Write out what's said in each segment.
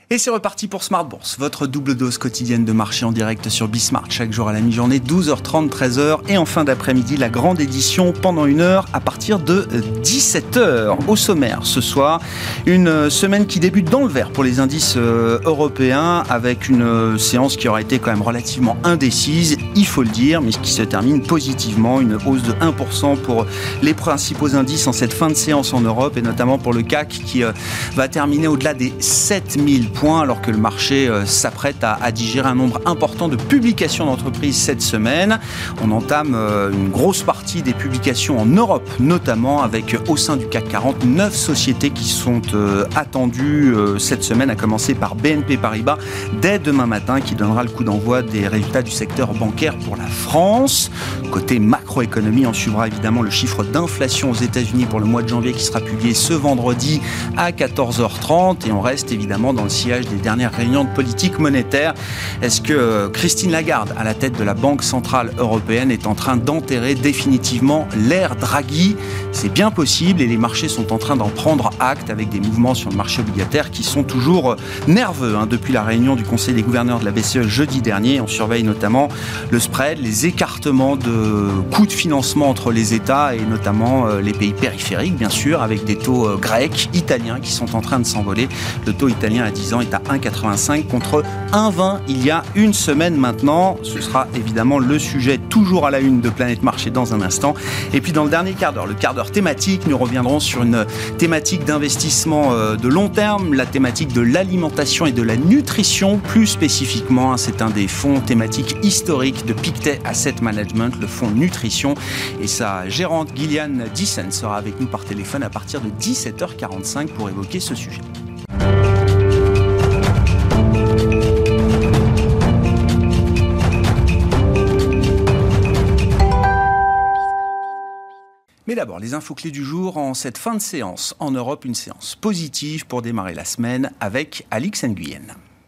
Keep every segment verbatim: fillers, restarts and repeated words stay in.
Et c'est reparti pour Smart Bourse, votre double dose quotidienne de marché en direct sur Bismart, chaque jour à la mi-journée, douze heures trente, treize heures, et en fin d'après-midi, la grande édition pendant une heure à partir de dix-sept heures. Au sommaire, ce soir, une semaine qui débute dans le vert pour les indices européens, avec une séance qui aura été quand même relativement indécise, il faut le dire, mais qui se termine positivement, une hausse de un pour cent pour les principaux indices en cette fin de séance en Europe, et notamment pour le C A C qui va terminer au-delà des sept mille points, alors que le marché euh, s'apprête à, à digérer un nombre important de publications d'entreprises cette semaine. On entame euh, une grosse partie des publications en Europe, notamment avec euh, au sein du C A C quarante, neuf sociétés qui sont euh, attendues euh, cette semaine, à commencer par B N P Paribas dès demain matin, qui donnera le coup d'envoi des résultats du secteur bancaire pour la France. Côté macroéconomie, on suivra évidemment le chiffre d'inflation aux États-Unis pour le mois de janvier qui sera publié ce vendredi à quatorze heures trente, et on reste évidemment dans le sillage des dernières réunions de politique monétaire. Est-ce que Christine Lagarde, à la tête de la Banque Centrale Européenne, est en train d'enterrer définitivement l'ère Draghi ? C'est bien possible, et les marchés sont en train d'en prendre acte, avec des mouvements sur le marché obligataire qui sont toujours nerveux hein, depuis la réunion du Conseil des gouverneurs de la B C E jeudi dernier. On surveille notamment le spread, les écartements de coûts de financement entre les États, et notamment euh, les pays périphériques, bien sûr, avec des taux euh, grecs, italiens qui sont en train de s'envoler. Le taux italien à dix ans est à un virgule quatre-vingt-cinq contre un virgule vingt il y a une semaine maintenant. Ce sera évidemment le sujet toujours à la une de Planète Marché dans un instant. Et puis dans le dernier quart d'heure, le quart d'heure thématique, nous reviendrons sur une thématique d'investissement de long terme, la thématique de l'alimentation et de la nutrition plus spécifiquement. C'est un des fonds thématiques historiques de Pictet Asset Management, le fonds nutrition. Et sa gérante Gillian Dyson sera avec nous par téléphone à partir de dix-sept heures quarante-cinq pour évoquer ce sujet. Mais d'abord, les infos clés du jour en cette fin de séance. En Europe, une séance positive pour démarrer la semaine avec Alix Nguyen.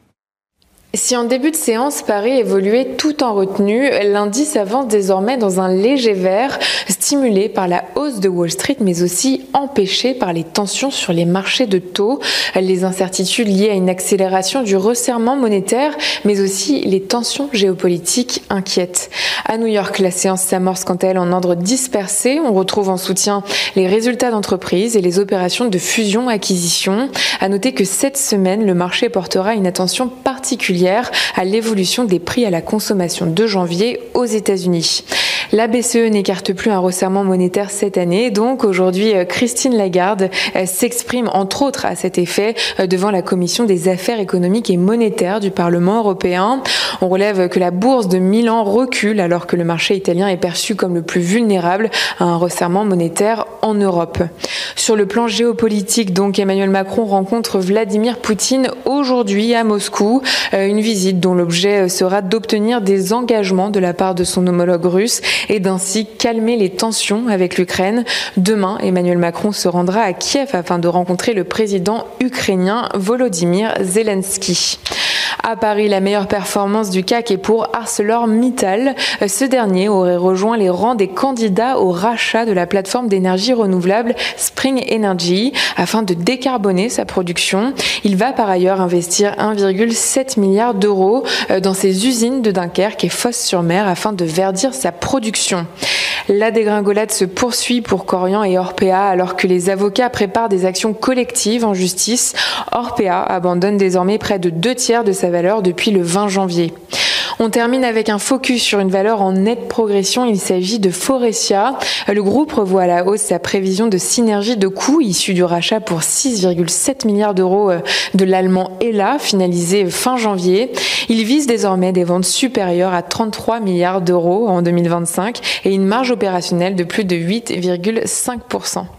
Si en début de séance, Paris évoluait tout en retenue, l'indice avance désormais dans un léger vert, stimulé par la hausse de Wall Street, mais aussi empêché par les tensions sur les marchés de taux, les incertitudes liées à une accélération du resserrement monétaire, mais aussi les tensions géopolitiques inquiètent. À New York, la séance s'amorce quant à elle en ordre dispersé. On retrouve en soutien les résultats d'entreprise et les opérations de fusion-acquisition. À noter que cette semaine, le marché portera une attention particulière à l'évolution des prix à la consommation de janvier aux États-Unis. La B C E n'écarte plus un resserrement monétaire cette année, donc aujourd'hui Christine Lagarde s'exprime entre autres à cet effet devant la Commission des affaires économiques et monétaires du Parlement européen. On relève que la bourse de Milan recule alors que le marché italien est perçu comme le plus vulnérable à un resserrement monétaire en Europe. Sur le plan géopolitique, donc, Emmanuel Macron rencontre Vladimir Poutine aujourd'hui à Moscou. Une visite dont l'objet sera d'obtenir des engagements de la part de son homologue russe et d'ainsi calmer les tensions avec l'Ukraine. Demain, Emmanuel Macron se rendra à Kiev afin de rencontrer le président ukrainien Volodymyr Zelensky. À Paris, la meilleure performance du C A C est pour ArcelorMittal. Ce dernier aurait rejoint les rangs des candidats au rachat de la plateforme d'énergie renouvelable Spring Energy afin de décarboner sa production. Il va par ailleurs investir un virgule sept milliard d'euros dans ses usines de Dunkerque et Fos-sur-Mer afin de verdir sa production. La dégringolade se poursuit pour Korian et Orpea alors que les avocats préparent des actions collectives en justice. Orpea abandonne désormais près de deux tiers de sa valeur depuis le vingt janvier. On termine avec un focus sur une valeur en nette progression. Il s'agit de Forestia. Le groupe revoit à la hausse sa prévision de synergie de coûts issue du rachat pour six virgule sept milliards d'euros de l'allemand Hella, finalisé fin janvier. Il vise désormais des ventes supérieures à trente-trois milliards d'euros en deux mille vingt-cinq et une marge opérationnelle de plus de huit virgule cinq pour cent.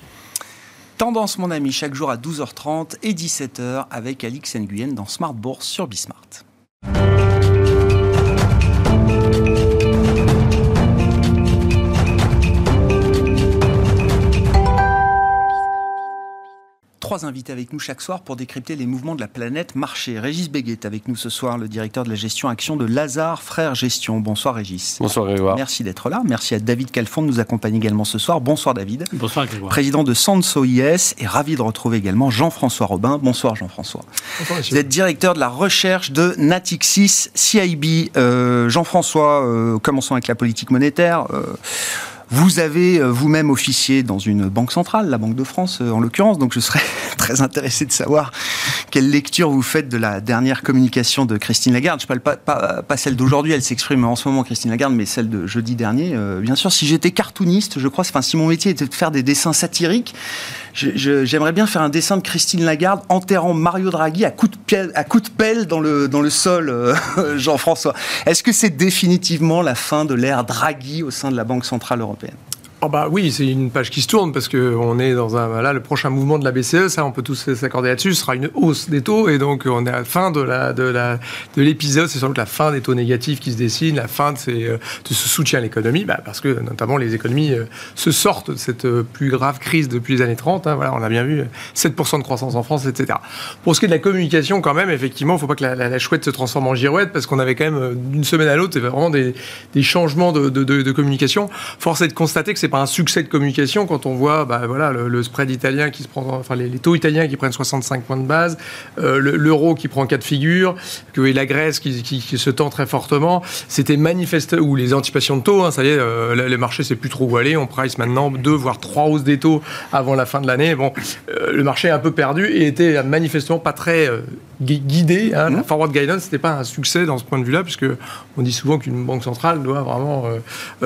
Tendance, mon ami, chaque jour à douze heures trente et dix-sept heures avec Alix Nguyen dans Smart Bourse sur Bismart. trois invités avec nous chaque soir pour décrypter les mouvements de la planète marché. Régis Béguet est avec nous ce soir, le directeur de la gestion action de Lazard Frères Gestion. Bonsoir Régis. Bonsoir Grégoire. Merci d'être là. Merci à David Calfon de nous accompagner également ce soir. Bonsoir David. Bonsoir Grégoire. Président de Sanso I S et ravi de retrouver également Jean-François Robin. Bonsoir Jean-François. Bonsoir, vous êtes directeur de la recherche de Natixis C I B. Euh, Jean-François, euh, commençons avec la politique monétaire. Euh, Vous avez vous-même officié dans une banque centrale, la Banque de France en l'occurrence, donc je serais très intéressé de savoir quelle lecture vous faites de la dernière communication de Christine Lagarde. Je ne parle pas, pas, pas celle d'aujourd'hui, elle s'exprime en ce moment Christine Lagarde, mais celle de jeudi dernier. Euh, bien sûr, si j'étais cartooniste, je crois, enfin, si mon métier était de faire des dessins satiriques, je, je, j'aimerais bien faire un dessin de Christine Lagarde enterrant Mario Draghi à coups de pelle, à coups de pelle dans, le, dans le sol, euh, Jean-François. Est-ce que c'est définitivement la fin de l'ère Draghi au sein de la Banque Centrale Européenne ? Oh bah oui, c'est une page qui se tourne parce qu'on est dans un... Là, le prochain mouvement de la B C E, ça on peut tous s'accorder là-dessus, ce sera une hausse des taux et donc on est à la fin de, la, de, la, de l'épisode, c'est sans doute la fin des taux négatifs qui se dessinent, la fin de, ces, de ce soutien à l'économie, bah parce que notamment les économies se sortent de cette plus grave crise depuis les années trente, hein, voilà, on a bien vu sept pour cent de croissance en France, et cetera. Pour ce qui est de la communication quand même, effectivement, il ne faut pas que la, la, la chouette se transforme en girouette parce qu'on avait quand même d'une semaine à l'autre, c'est vraiment des, des changements de, de, de, de communication. Force est de constater que c'est pas un succès de communication quand on voit bah, voilà, le, le spread italien qui se prend, enfin les, les taux italiens qui prennent soixante-cinq points de base, euh, le, l'euro qui prend quatre figures, que et la Grèce qui, qui, qui se tend très fortement. C'était manifeste, ou les anticipations de taux, hein, ça y est, euh, les marchés ne savent plus trop où aller. On price maintenant deux voire trois hausses des taux avant la fin de l'année. Bon, euh, le marché est un peu perdu et était manifestement pas très euh, guidé. Hein. Mmh. La forward guidance, c'était pas un succès dans ce point de vue-là, puisque on dit souvent qu'une banque centrale doit vraiment, euh,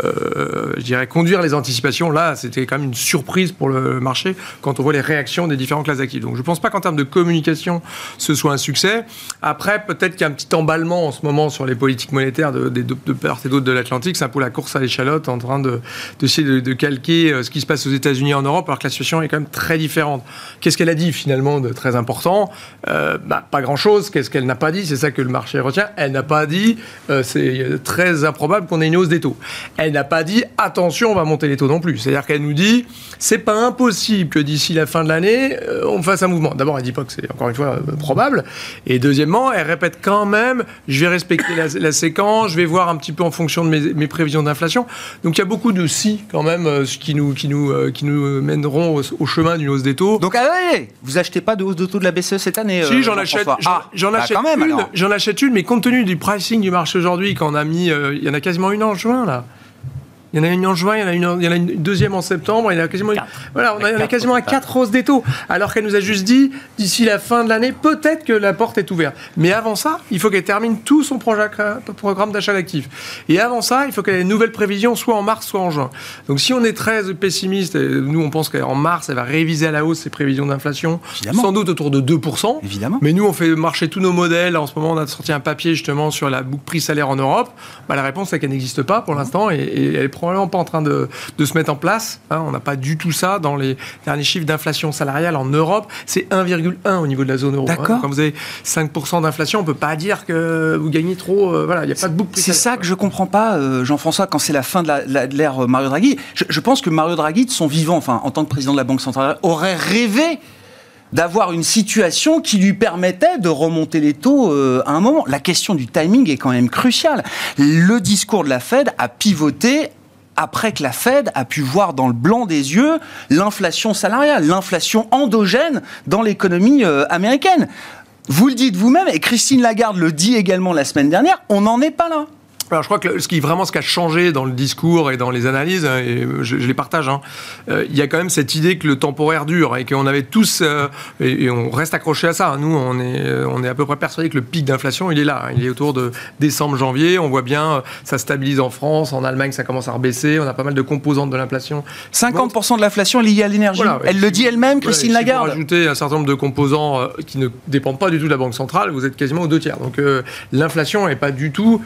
euh, je dirais, conduire les anticipations. Là, c'était quand même une surprise pour le marché quand on voit les réactions des différentes classes d'actifs. Donc, je ne pense pas qu'en termes de communication, ce soit un succès. Après, peut-être qu'il y a un petit emballement en ce moment sur les politiques monétaires de, de, de, de part et d'autre de l'Atlantique. C'est un peu la course à l'échalote en train de, d'essayer de, de calquer ce qui se passe aux États-Unis et en Europe, alors que la situation est quand même très différente. Qu'est-ce qu'elle a dit finalement de très important ? euh, bah, Pas grand-chose. Qu'est-ce qu'elle n'a pas dit ? C'est ça que le marché retient. Elle n'a pas dit euh, c'est très improbable qu'on ait une hausse des taux. Elle n'a pas dit attention, on va monter les taux non plus. C'est-à-dire qu'elle nous dit, c'est pas impossible que d'ici la fin de l'année, euh, on fasse un mouvement. D'abord, elle dit pas que c'est, encore une fois, euh, probable. Et deuxièmement, elle répète quand même, je vais respecter la, la séquence, je vais voir un petit peu en fonction de mes, mes prévisions d'inflation. Donc, il y a beaucoup de si, quand même, euh, qui, nous, qui, nous, euh, qui nous mèneront au, au chemin d'une hausse des taux. Donc, allez, vous achetez pas de hausse de taux de la B C E cette année ? Si, euh, j'en achète, j'en, ah, j'en, bah achète quand même, une, alors. j'en achète une, mais compte tenu du pricing du marché aujourd'hui, quand on a mis, euh, il y en a quasiment une en juin, là. Il y en a une en juin, il y en a une, il y en a une deuxième en septembre, il y en a quasiment, une, voilà, on a, on a quasiment à quatre hausses des taux. Alors qu'elle nous a juste dit, d'ici la fin de l'année, peut-être que la porte est ouverte. Mais avant ça, il faut qu'elle termine tout son projet, programme d'achat d'actifs. Et avant ça, il faut qu'elle ait une nouvelle prévision, soit en mars, soit en juin. Donc si on est très pessimiste, et nous on pense qu'en mars, elle va réviser à la hausse ses prévisions d'inflation, évidemment, sans doute autour de deux pour cent. Évidemment. Mais nous, on fait marcher tous nos modèles. En ce moment, on a sorti un papier justement sur la boucle prix-salaire en Europe. Bah, la réponse, c'est qu'elle n'existe pas pour l'instant et, et elle est probablement pas en train de de se mettre en place. Hein, on n'a pas du tout ça dans les derniers chiffres d'inflation salariale en Europe. C'est un virgule un au niveau de la zone euro. D'accord. Hein. Quand vous avez cinq pour cent d'inflation, on ne peut pas dire que vous gagnez trop. Euh, voilà, il n'y a pas de boucle. C'est ça que je ne comprends pas, euh, Jean-François, quand c'est la fin de, la, la, de l'ère Mario Draghi. Je, je pense que Mario Draghi, de son vivant, enfin, en tant que président de la Banque centrale, aurait rêvé d'avoir une situation qui lui permettait de remonter les taux euh, à un moment. La question du timing est quand même cruciale. Le discours de la Fed a pivoté après que la Fed a pu voir dans le blanc des yeux l'inflation salariale, l'inflation endogène dans l'économie euh, américaine. Vous le dites vous-même, et Christine Lagarde le dit également la semaine dernière, on n'en est pas là. Alors, je crois que ce qui vraiment ce qui a changé dans le discours et dans les analyses, et je, je les partage, hein, euh, il y a quand même cette idée que le temporaire dure et qu'on avait tous, euh, et, et on reste accroché à ça. Nous, on est, on est à peu près persuadés que le pic d'inflation, il est là. Hein, il est autour de décembre, janvier. On voit bien, euh, ça stabilise en France, en Allemagne, ça commence à rebaisser. On a pas mal de composantes de l'inflation. cinquante pour cent de l'inflation est liée à l'énergie. Voilà, elle le dit elle-même, Christine voilà, Lagarde. Si vous rajoutez un certain nombre de composants euh, qui ne dépendent pas du tout de la Banque centrale, vous êtes quasiment aux deux tiers. Donc, euh, l'inflation n'est pas du tout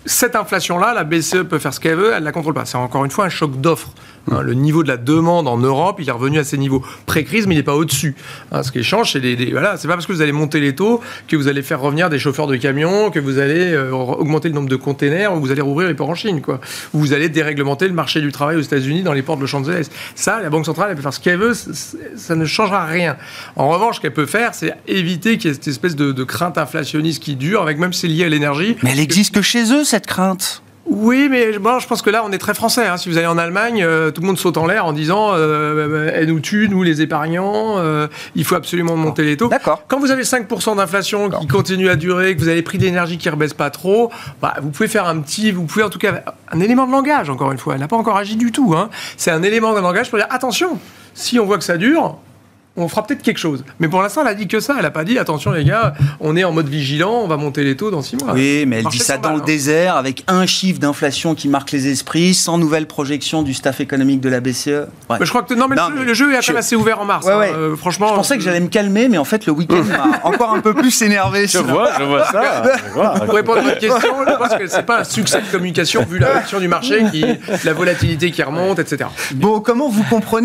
cette inflation-là, la B C E peut faire ce qu'elle veut, elle ne la contrôle pas. C'est encore une fois un choc d'offres. Hein, le niveau de la demande en Europe, il est revenu à ses niveaux pré-crise, mais il n'est pas au-dessus. Hein, ce qui change, c'est des, des, voilà, c'est pas parce que vous allez monter les taux que vous allez faire revenir des chauffeurs de camions, que vous allez euh, augmenter le nombre de containers, ou vous allez rouvrir les ports en Chine, quoi. Ou vous allez déréglementer le marché du travail aux États-Unis dans les ports de Los Angeles. Ça, la Banque centrale, elle peut faire ce qu'elle veut, ça ne changera rien. En revanche, ce qu'elle peut faire, c'est éviter qu'il y ait cette espèce de, de crainte inflationniste qui dure, avec même si c'est lié à l'énergie. Mais elle existe que chez eux, cette crainte. Oui, mais bon, je pense que là, on est très français. Hein. Si vous allez en Allemagne, euh, tout le monde saute en l'air en disant euh, « elle nous tue, nous les épargnants, euh, il faut absolument monter les taux ». D'accord. Quand vous avez cinq pour cent d'inflation D'accord. qui continue à durer, que vous avez les prix d'énergie qui ne rebaissent pas trop, bah, vous pouvez faire un petit... Vous pouvez en tout cas... Un élément de langage, encore une fois. Elle n'a pas encore agi du tout. Hein. C'est un élément de langage pour dire « attention, si on voit que ça dure... » on fera peut-être quelque chose. Mais pour l'instant, elle a dit que ça. Elle n'a pas dit, attention les gars, on est en mode vigilant, on va monter les taux dans six mois. Oui, mais elle dit ça dans le désert, avec un chiffre d'inflation qui marque les esprits, sans nouvelle projection du staff économique de la B C E. Ouais. Mais je crois que non, mais, non, le, mais le jeu est je... assez ouvert en mars. Ouais, ouais. Hein. Euh, franchement, je pensais euh... que j'allais me calmer, mais en fait, le week-end m'a encore un peu plus énervé. Je vois, je vois ça. Je vois. Pour répondre à votre question, je pense que c'est pas un succès de communication vu la réaction du marché, qui, la volatilité qui remonte, et cetera. Bon, comment vous comprenez ?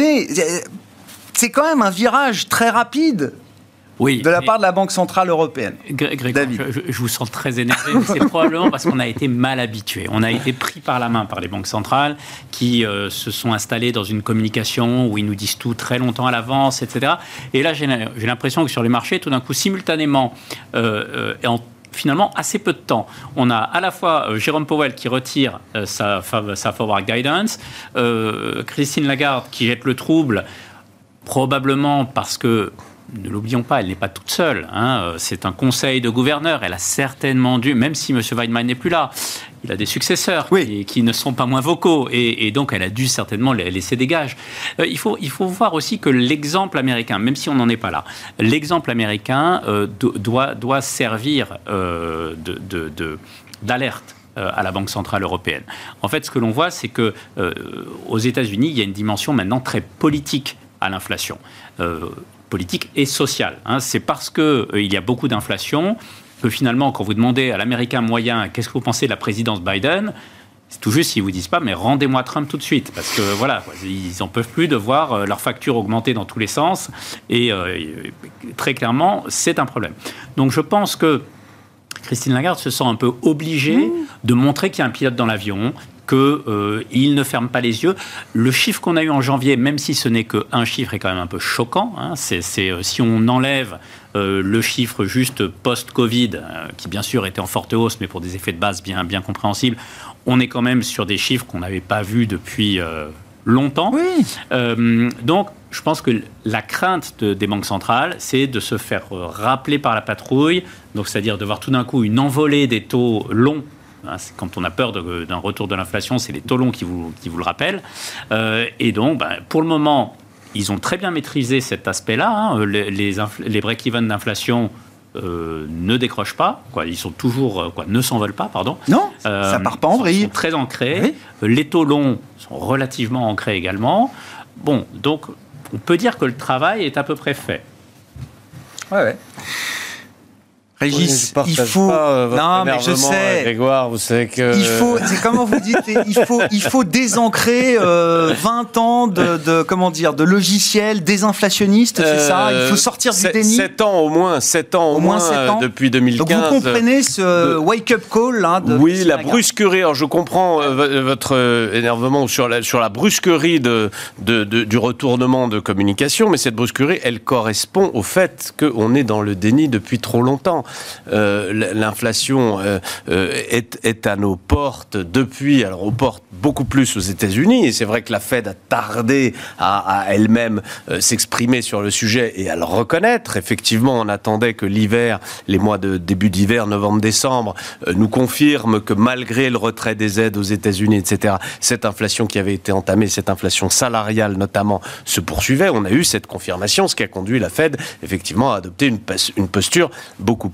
C'est quand même un virage très rapide oui, de la part de la Banque Centrale Européenne. Grégoire, David. Je, je vous sens très énervé, mais c'est probablement parce qu'on a été mal habitués. On a été pris par la main par les banques centrales qui euh, se sont installées dans une communication où ils nous disent tout très longtemps à l'avance, et cetera. Et là, j'ai, j'ai l'impression que sur les marchés, tout d'un coup, simultanément, euh, euh, et en finalement, assez peu de temps. On a à la fois euh, Jérôme Powell qui retire euh, sa, sa forward guidance, euh, Christine Lagarde qui jette le trouble, probablement parce que, ne l'oublions pas, elle n'est pas toute seule. Hein, c'est un conseil de gouverneurs. Elle a certainement dû, même si M. Weidmann n'est plus là, il a des successeurs oui. qui, qui ne sont pas moins vocaux. Et, et donc, elle a dû certainement laisser des gages. Euh, il, faut, il faut voir aussi que l'exemple américain, même si on n'en est pas là, l'exemple américain euh, do, doit, doit servir euh, de, de, de, d'alerte à la Banque Centrale Européenne. En fait, ce que l'on voit, c'est que euh, aux États-Unis, il y a une dimension maintenant très politique à l'inflation. Euh, politique et sociale. Hein. C'est parce qu'il euh, y a beaucoup d'inflation que finalement, quand vous demandez à l'Américain moyen « qu'est-ce que vous pensez de la présidence Biden ?», c'est tout juste s'ils ne vous disent pas « mais rendez-moi Trump tout de suite ». Parce que voilà, ils n'en peuvent plus de voir euh, leurs factures augmenter dans tous les sens. Et euh, très clairement, c'est un problème. Donc je pense que Christine Lagarde se sent un peu obligée mmh. de montrer qu'il y a un pilote dans l'avion, qu'il euh, ne ferme pas les yeux. Le chiffre qu'on a eu en janvier, même si ce n'est qu'un chiffre, est quand même un peu choquant. Hein. C'est, c'est, euh, si on enlève euh, le chiffre juste post-Covid, euh, qui bien sûr était en forte hausse, mais pour des effets de base bien, bien compréhensibles, on est quand même sur des chiffres qu'on n'avait pas vus depuis euh, longtemps. Oui. Euh, donc, je pense que la crainte de, des banques centrales, c'est de se faire rappeler par la patrouille, donc c'est-à-dire de voir tout d'un coup une envolée des taux longs. Hein, c'est quand on a peur de, d'un retour de l'inflation, c'est les taux longs qui vous, qui vous le rappellent. Euh, et donc, ben, pour le moment, ils ont très bien maîtrisé cet aspect-là. Hein. Les, les, infl- les break-even d'inflation euh, ne décrochent pas. Quoi. Ils sont toujours, quoi, ne s'envolent pas, pardon. Non, euh, ça part pas en vrille. Ils sont très ancrés. Oui. Les taux longs sont relativement ancrés également. Bon, donc, on peut dire que le travail est à peu près fait. Ouais, ouais. Régis, oui, il faut. Pas, votre non, mais je sais. Grégoire, vous savez que. Il faut. C'est comment vous dites. Il faut. Il faut désancrer euh, vingt ans de, de. Comment dire. De logiciels désinflationnistes. Euh, c'est ça. Il faut sortir du déni. sept ans au moins. sept ans au, au moins. sept ans. Depuis deux mille quinze. Donc vous comprenez ce de... wake-up call là. De oui, la brusquerie. Alors je comprends euh, votre énervement sur la sur la brusquerie de, de, de du retournement de communication, mais cette brusquerie, elle correspond au fait qu'on est dans le déni depuis trop longtemps. Euh, l'inflation euh, est, est à nos portes depuis, alors aux portes beaucoup plus aux États-Unis, et c'est vrai que la Fed a tardé à, à elle-même euh, s'exprimer sur le sujet et à le reconnaître. Effectivement, on attendait que l'hiver, les mois de début d'hiver, novembre-décembre, euh, nous confirment que malgré le retrait des aides aux États-Unis, et cetera, cette inflation qui avait été entamée, cette inflation salariale notamment, se poursuivait. On a eu cette confirmation, ce qui a conduit la Fed effectivement à adopter une, une posture beaucoup plus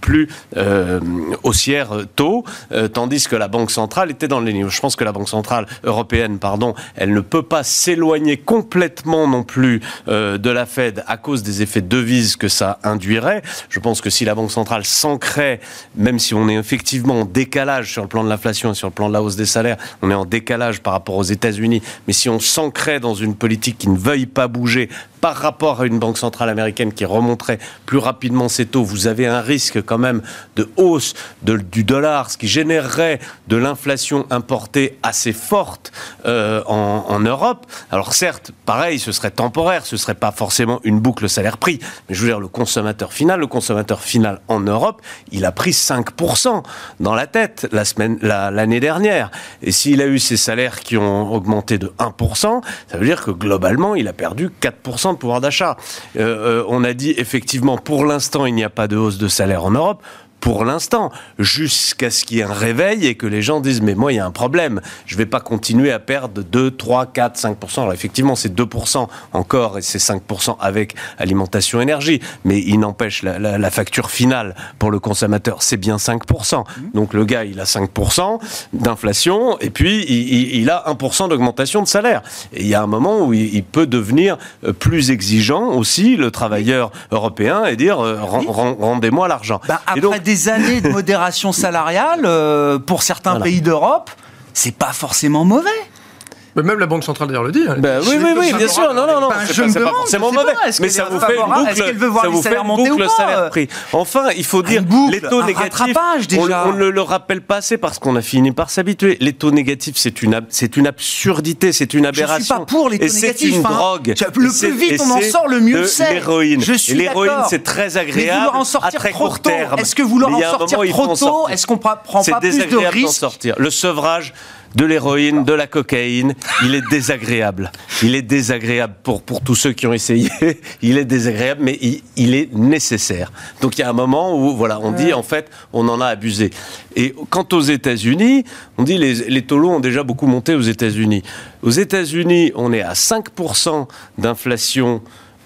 plus euh, haussière tôt, euh, tandis que la Banque centrale était dans le déni. Je pense que la Banque centrale européenne, pardon, elle ne peut pas s'éloigner complètement non plus euh, de la Fed à cause des effets de devises que ça induirait. Je pense que si la Banque centrale s'ancrait, même si on est effectivement en décalage sur le plan de l'inflation et sur le plan de la hausse des salaires, on est en décalage par rapport aux États-Unis, mais si on s'ancrait dans une politique qui ne veuille pas bouger par rapport à une banque centrale américaine qui remonterait plus rapidement ses taux, vous avez un risque quand même de hausse de, du dollar, ce qui générerait de l'inflation importée assez forte euh, en, en Europe. Alors certes, pareil, ce serait temporaire, ce serait pas forcément une boucle salaire-prix, mais je veux dire, le consommateur final, le consommateur final en Europe, il a pris cinq pour cent dans la tête la semaine, la, l'année dernière. Et s'il a eu ses salaires qui ont augmenté de un pour cent, ça veut dire que globalement, il a perdu quatre pour cent de pouvoir d'achat. Euh, euh, on a dit effectivement, pour l'instant, il n'y a pas de hausse de salaire en Europe. Pour l'instant, jusqu'à ce qu'il y ait un réveil et que les gens disent « mais moi, il y a un problème, je ne vais pas continuer à perdre deux, trois, quatre, cinq pour cent ». Alors effectivement, c'est deux pour cent encore et c'est cinq pour cent avec alimentation énergie, mais il n'empêche, la, la, la facture finale pour le consommateur, c'est bien cinq pour cent. Donc le gars, il a cinq pour cent d'inflation et puis il, il a un pour cent d'augmentation de salaire. Et il y a un moment où il, il peut devenir plus exigeant aussi, le travailleur européen, et dire euh, « rendez-moi l'argent bah, ». Et donc, des années de modération salariale, euh, pour certains voilà. pays d'Europe, c'est pas forcément mauvais. Mais même la Banque centrale d'ailleurs le dit. Hein. Ben, oui, oui, oui, bien sûr. Non, non, non. Ben, c'est je pas, me c'est demande, pas forcément mauvais. Pas, mais ça vous fait une boucle. Est-ce qu'elle veut voir ça les salaires monter ou pas salaire-prix. Enfin, il faut dire, boucle, les taux négatifs, déjà. on, on ne le rappelle pas assez parce qu'on a fini par s'habituer. Les taux négatifs, c'est une, c'est une absurdité, c'est une aberration. Je suis pas pour les taux et négatifs. C'est une hein. drogue. Le plus vite on en sort, le mieux c'est. L'héroïne. Je suis et l'héroïne, d'accord. c'est très agréable. Mais vouloir en sortir à très trop court tôt. terme. Est-ce que vouloir en sortir trop tôt, est-ce qu'on prend pas plus de risques? Le sevrage de l'héroïne, de la cocaïne, il est désagréable. Il est désagréable pour, pour tous ceux qui ont essayé. Il est désagréable, mais il, il est nécessaire. Donc il y a un moment où, voilà, on dit, en fait, on en a abusé. Et quant aux États-Unis, on dit les, les taux longs ont déjà beaucoup monté aux États-Unis. Aux États-Unis, on est à cinq pour cent d'inflation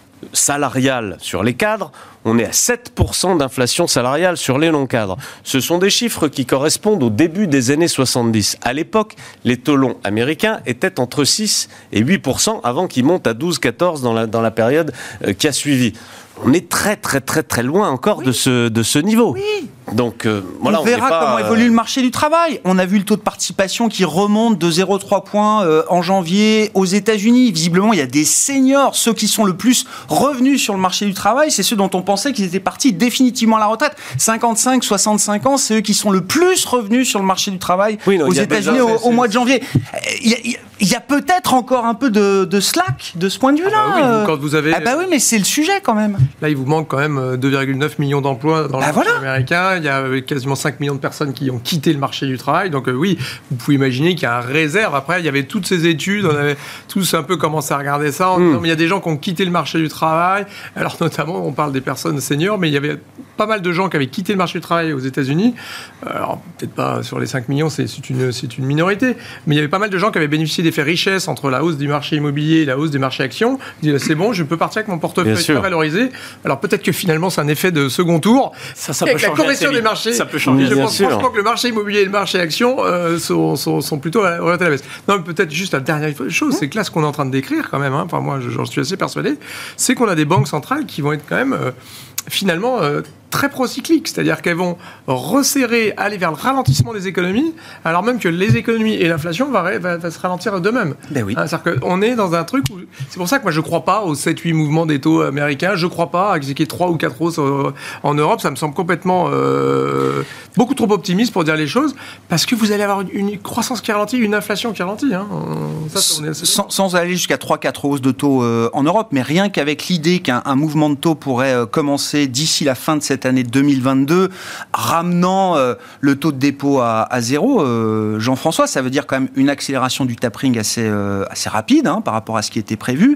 salariale sur les cadres, on est à sept pour cent d'inflation salariale sur les non-cadres. Ce sont des chiffres qui correspondent au début des années soixante-dix. À l'époque, les taux longs américains étaient entre six et huit pour cent avant qu'ils montent à douze à quatorze dans la, dans la période euh, qui a suivi. On est très très très très loin encore oui. de, ce, de ce niveau. Oui. Donc euh, voilà, on verra on pas, comment euh... évolue le marché du travail. On a vu le taux de participation qui remonte de zéro virgule trois points euh, en janvier aux États-Unis. Visiblement, il y a des seniors, ceux qui sont le plus revenus sur le marché du travail, c'est ceux dont on pensait qu'ils étaient partis définitivement à la retraite. cinquante-cinq, soixante-cinq ans, c'est eux qui sont le plus revenus sur le marché du travail oui, non, aux États-Unis au, au mois de janvier. Il y a, il y a peut-être encore un peu de, de slack de ce point de vue-là. Ah bah oui, quand vous avez... ah bah oui, mais c'est le sujet quand même. Là, il vous manque quand même deux virgule neuf millions d'emplois dans le bah marché voilà. américain. Il y a quasiment cinq millions de personnes qui ont quitté le marché du travail. Donc euh, oui, vous pouvez imaginer qu'il y a un réserve. Après, il y avait toutes ces études. On avait tous un peu commencé à regarder ça. En mmh. disant, mais il y a des gens qui ont quitté le marché du travail. Alors notamment, on parle des personnes seniors, mais il y avait pas mal de gens qui avaient quitté le marché du travail aux États-Unis. Alors peut-être pas sur les cinq millions, c'est, c'est, une, c'est une minorité. Mais il y avait pas mal de gens qui avaient bénéficié d'effets richesse entre la hausse du marché immobilier et la hausse des marchés actions. Ils disaient, c'est bon, je peux partir avec mon portefeuille très valorisé. Alors peut-être que finalement, c'est un effet de second tour. Ça, ça avec peut la correction des marchés. Ça peut changer. Je pense franchement que le marché immobilier et le marché action euh, sont, sont, sont plutôt orientés à la baisse. Non, mais peut-être juste la dernière chose, c'est que là, ce qu'on est en train de décrire quand même, hein, enfin moi, j'en suis assez persuadé, c'est qu'on a des banques centrales qui vont être quand même euh, finalement euh, très procycliques, c'est-à-dire qu'elles vont resserrer, aller vers le ralentissement des économies, alors même que les économies et l'inflation va, va, va se ralentir d'eux-mêmes. Ben oui. Hein, c'est-à-dire qu'on est dans un truc où... C'est pour ça que moi, je ne crois pas aux sept huit mouvements des taux américains, je ne crois pas à qu'il y ait trois ou quatre hausses en Europe, ça me semble complètement... Euh, beaucoup trop optimiste pour dire les choses, parce que vous allez avoir une, une croissance qui ralentit, une inflation qui ralentit. Hein. Ça, on est assez... sans, sans aller jusqu'à trois quatre hausses de taux euh, en Europe, mais rien qu'avec l'idée qu'un un mouvement de taux pourrait euh, commencer d'ici la fin de cette année deux mille vingt-deux, ramenant euh, le taux de dépôt à, à zéro, euh, Jean-François, ça veut dire quand même une accélération du tapering assez, euh, assez rapide hein, par rapport à ce qui était prévu.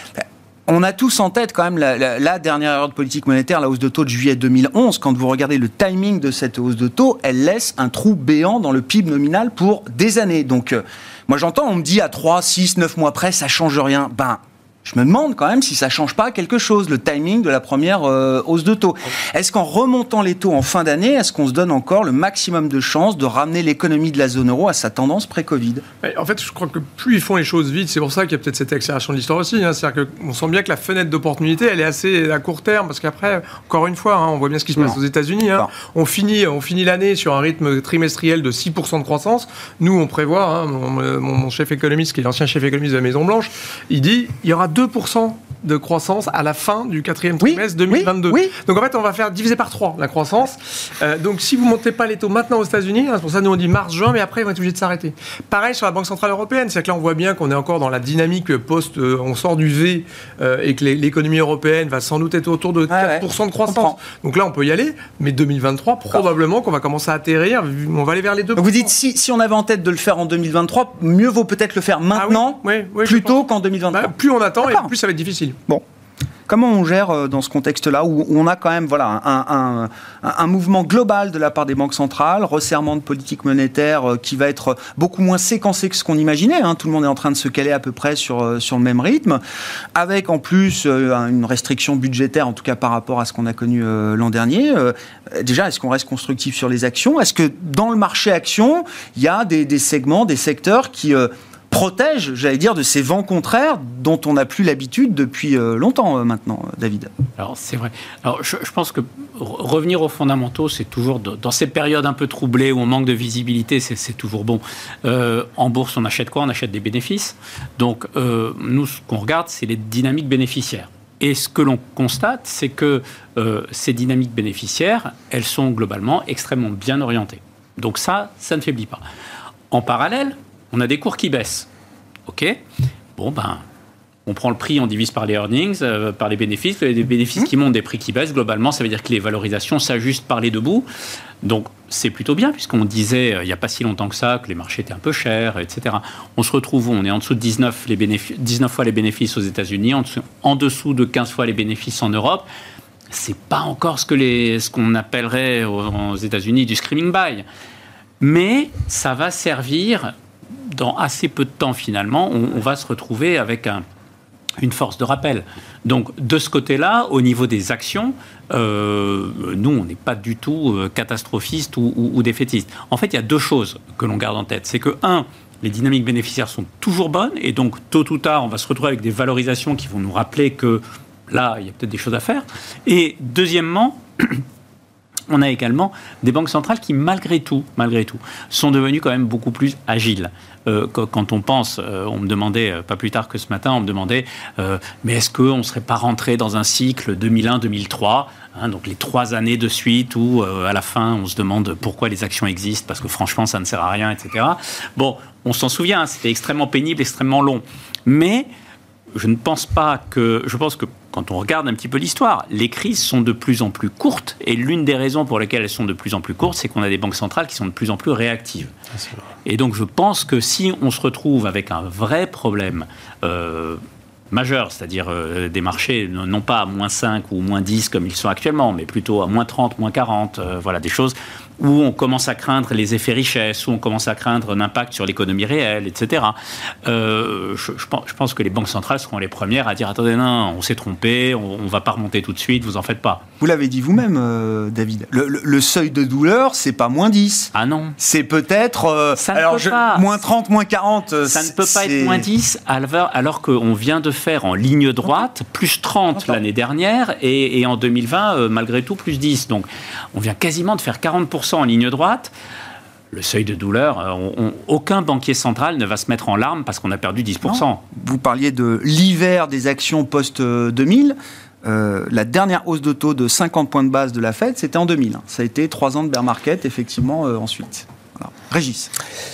On a tous en tête quand même la, la, la dernière erreur de politique monétaire, la hausse de taux de juillet deux mille onze. Quand vous regardez le timing de cette hausse de taux, elle laisse un trou béant dans le P I B nominal pour des années. Donc, euh, moi j'entends, on me dit à trois, six, neuf mois près, ça change rien. Ben, Je me demande quand même si ça ne change pas quelque chose, le timing de la première euh, hausse de taux. Est-ce qu'en remontant les taux en fin d'année, est-ce qu'on se donne encore le maximum de chances de ramener l'économie de la zone euro à sa tendance pré-Covid ? En fait, je crois que plus ils font les choses vite, c'est pour ça qu'il y a peut-être cette accélération de l'histoire aussi. Hein. C'est-à-dire qu'on sent bien que la fenêtre d'opportunité, elle est assez à court terme, parce qu'après, encore une fois, hein, on voit bien ce qui se passe non. aux États-Unis. Hein. On finit, on finit l'année sur un rythme trimestriel de six pour cent de croissance. Nous, on prévoit, hein, mon, mon, mon chef économiste, qui est l'ancien chef économiste de la Maison-Blanche, il dit il y aura deux pour cent de croissance à la fin du quatrième trimestre oui, deux mille vingt-deux. Oui, oui. Donc en fait, on va faire diviser par trois la croissance. Euh, donc si vous ne montez pas les taux maintenant aux États-Unis, hein, c'est pour ça que nous on dit mars-juin, mais après ils vont être obligés de s'arrêter. Pareil sur la Banque Centrale Européenne, c'est-à-dire que là on voit bien qu'on est encore dans la dynamique post, euh, on sort du V euh, et que les, l'économie européenne va sans doute être autour de ah quatre pour cent ouais, de croissance. Donc là on peut y aller, mais deux mille vingt-trois, probablement qu'on va commencer à atterrir, on va aller vers les deux pour cent. Vous dites si, si on avait en tête de le faire en deux mille vingt-trois, mieux vaut peut-être le faire maintenant, ah oui, oui, oui, plutôt qu'en deux mille vingt-trois. Bah, plus on attend D'accord. et plus ça va être difficile. Bon. Comment on gère dans ce contexte-là où on a quand même voilà, un, un, un mouvement global de la part des banques centrales, resserrement de politique monétaire qui va être beaucoup moins séquencé que ce qu'on imaginait, hein. Tout le monde est en train de se caler à peu près sur, sur le même rythme, avec en plus une restriction budgétaire, en tout cas par rapport à ce qu'on a connu l'an dernier. Déjà, est-ce qu'on reste constructif sur les actions ? Est-ce que dans le marché actions, il y a des, des segments, des secteurs qui... protège, j'allais dire, de ces vents contraires dont on n'a plus l'habitude depuis longtemps euh, maintenant, David. Alors, c'est vrai. Alors, je, je pense que revenir aux fondamentaux, c'est toujours, de, dans ces périodes un peu troublées où on manque de visibilité, c'est, c'est toujours bon. Euh, en bourse, on achète quoi ? On achète des bénéfices. Donc, euh, nous, ce qu'on regarde, c'est les dynamiques bénéficiaires. Et ce que l'on constate, c'est que euh, ces dynamiques bénéficiaires, elles sont globalement extrêmement bien orientées. Donc ça, ça ne faiblit pas. En parallèle, on a des cours qui baissent. OK ? Bon, ben, on prend le prix, on divise par les earnings, euh, par les bénéfices. Les bénéfices mmh. qui montent, des prix qui baissent. Globalement, ça veut dire que les valorisations s'ajustent par les deux bouts. Donc, c'est plutôt bien, puisqu'on disait, euh, il n'y a pas si longtemps que ça, que les marchés étaient un peu chers, et cetera. On se retrouve où ? On est en dessous de dix-neuf, les bénéfices, dix-neuf fois les bénéfices aux États-Unis, en dessous, en dessous de quinze fois les bénéfices en Europe. C'est pas encore ce, que les, ce qu'on appellerait aux, aux États-Unis du screaming buy. Mais ça va servir... Dans assez peu de temps, finalement, on, on va se retrouver avec un, une force de rappel. Donc, de ce côté-là, au niveau des actions, euh, nous, on n'est pas du tout euh, catastrophiste ou, ou, ou défaitiste. En fait, il y a deux choses que l'on garde en tête. C'est que, un, les dynamiques bénéficiaires sont toujours bonnes, et donc, tôt ou tard, on va se retrouver avec des valorisations qui vont nous rappeler que, là, il y a peut-être des choses à faire. Et deuxièmement... on a également des banques centrales qui, malgré tout, malgré tout, sont devenues quand même beaucoup plus agiles. Euh, quand on pense, euh, on me demandait, euh, pas plus tard que ce matin, on me demandait, euh, mais est-ce qu'on ne serait pas rentré dans un cycle deux mille un deux mille trois, hein, donc les trois années de suite où, euh, à la fin, on se demande pourquoi les actions existent, parce que franchement, ça ne sert à rien, et cetera. Bon, on s'en souvient, hein, c'était extrêmement pénible, extrêmement long. Mais je ne pense pas que... Je pense que quand on regarde un petit peu l'histoire, les crises sont de plus en plus courtes. Et l'une des raisons pour lesquelles elles sont de plus en plus courtes, c'est qu'on a des banques centrales qui sont de plus en plus réactives. Et donc je pense que si on se retrouve avec un vrai problème euh, majeur, c'est-à-dire euh, des marchés non pas à moins cinq ou moins dix comme ils sont actuellement, mais plutôt à moins trente, moins quarante, euh, voilà, des choses où on commence à craindre les effets richesse, où on commence à craindre un impact sur l'économie réelle, et cetera. Euh, je, je, pense, je pense que les banques centrales seront les premières à dire « Attendez, non, on s'est trompé, on ne va pas remonter tout de suite, vous en faites pas. » Vous l'avez dit vous-même, euh, David. Le, le, le seuil de douleur, c'est pas moins dix. Ah non. C'est peut-être... Euh, ça alors ne peut je, pas. moins trente, moins quarante. Ça ne peut pas être moins dix, alors, alors qu'on vient de faire en ligne droite plus trente Attends. l'année dernière et, et en deux mille vingt, euh, malgré tout, plus dix. Donc, on vient quasiment de faire quarante pour cent en ligne droite. Le seuil de douleur, on, on, aucun banquier central ne va se mettre en larmes parce qu'on a perdu dix pour cent. Non. Vous parliez de l'hiver des actions post-deux mille. Euh, la dernière hausse de taux de cinquante points de base de la Fed, c'était en deux mille. Ça a été trois ans de bear market, effectivement, euh, ensuite. Voilà. Régis.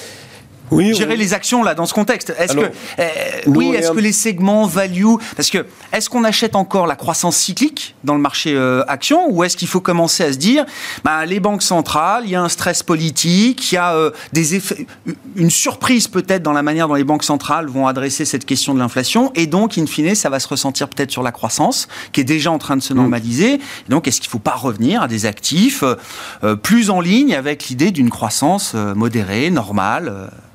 Oui, gérer oui. les actions là dans ce contexte. Est-ce Alors, que euh, nous, oui, est-ce un... que les segments value, parce que est-ce qu'on achète encore la croissance cyclique dans le marché euh, action, ou est-ce qu'il faut commencer à se dire, bah, les banques centrales, il y a un stress politique, il y a euh, des effets, une surprise peut-être dans la manière dont les banques centrales vont adresser cette question de l'inflation, et donc in fine, ça va se ressentir peut-être sur la croissance qui est déjà en train de se normaliser. Et donc, est-ce qu'il ne faut pas revenir à des actifs euh, plus en ligne avec l'idée d'une croissance euh, modérée, normale? euh,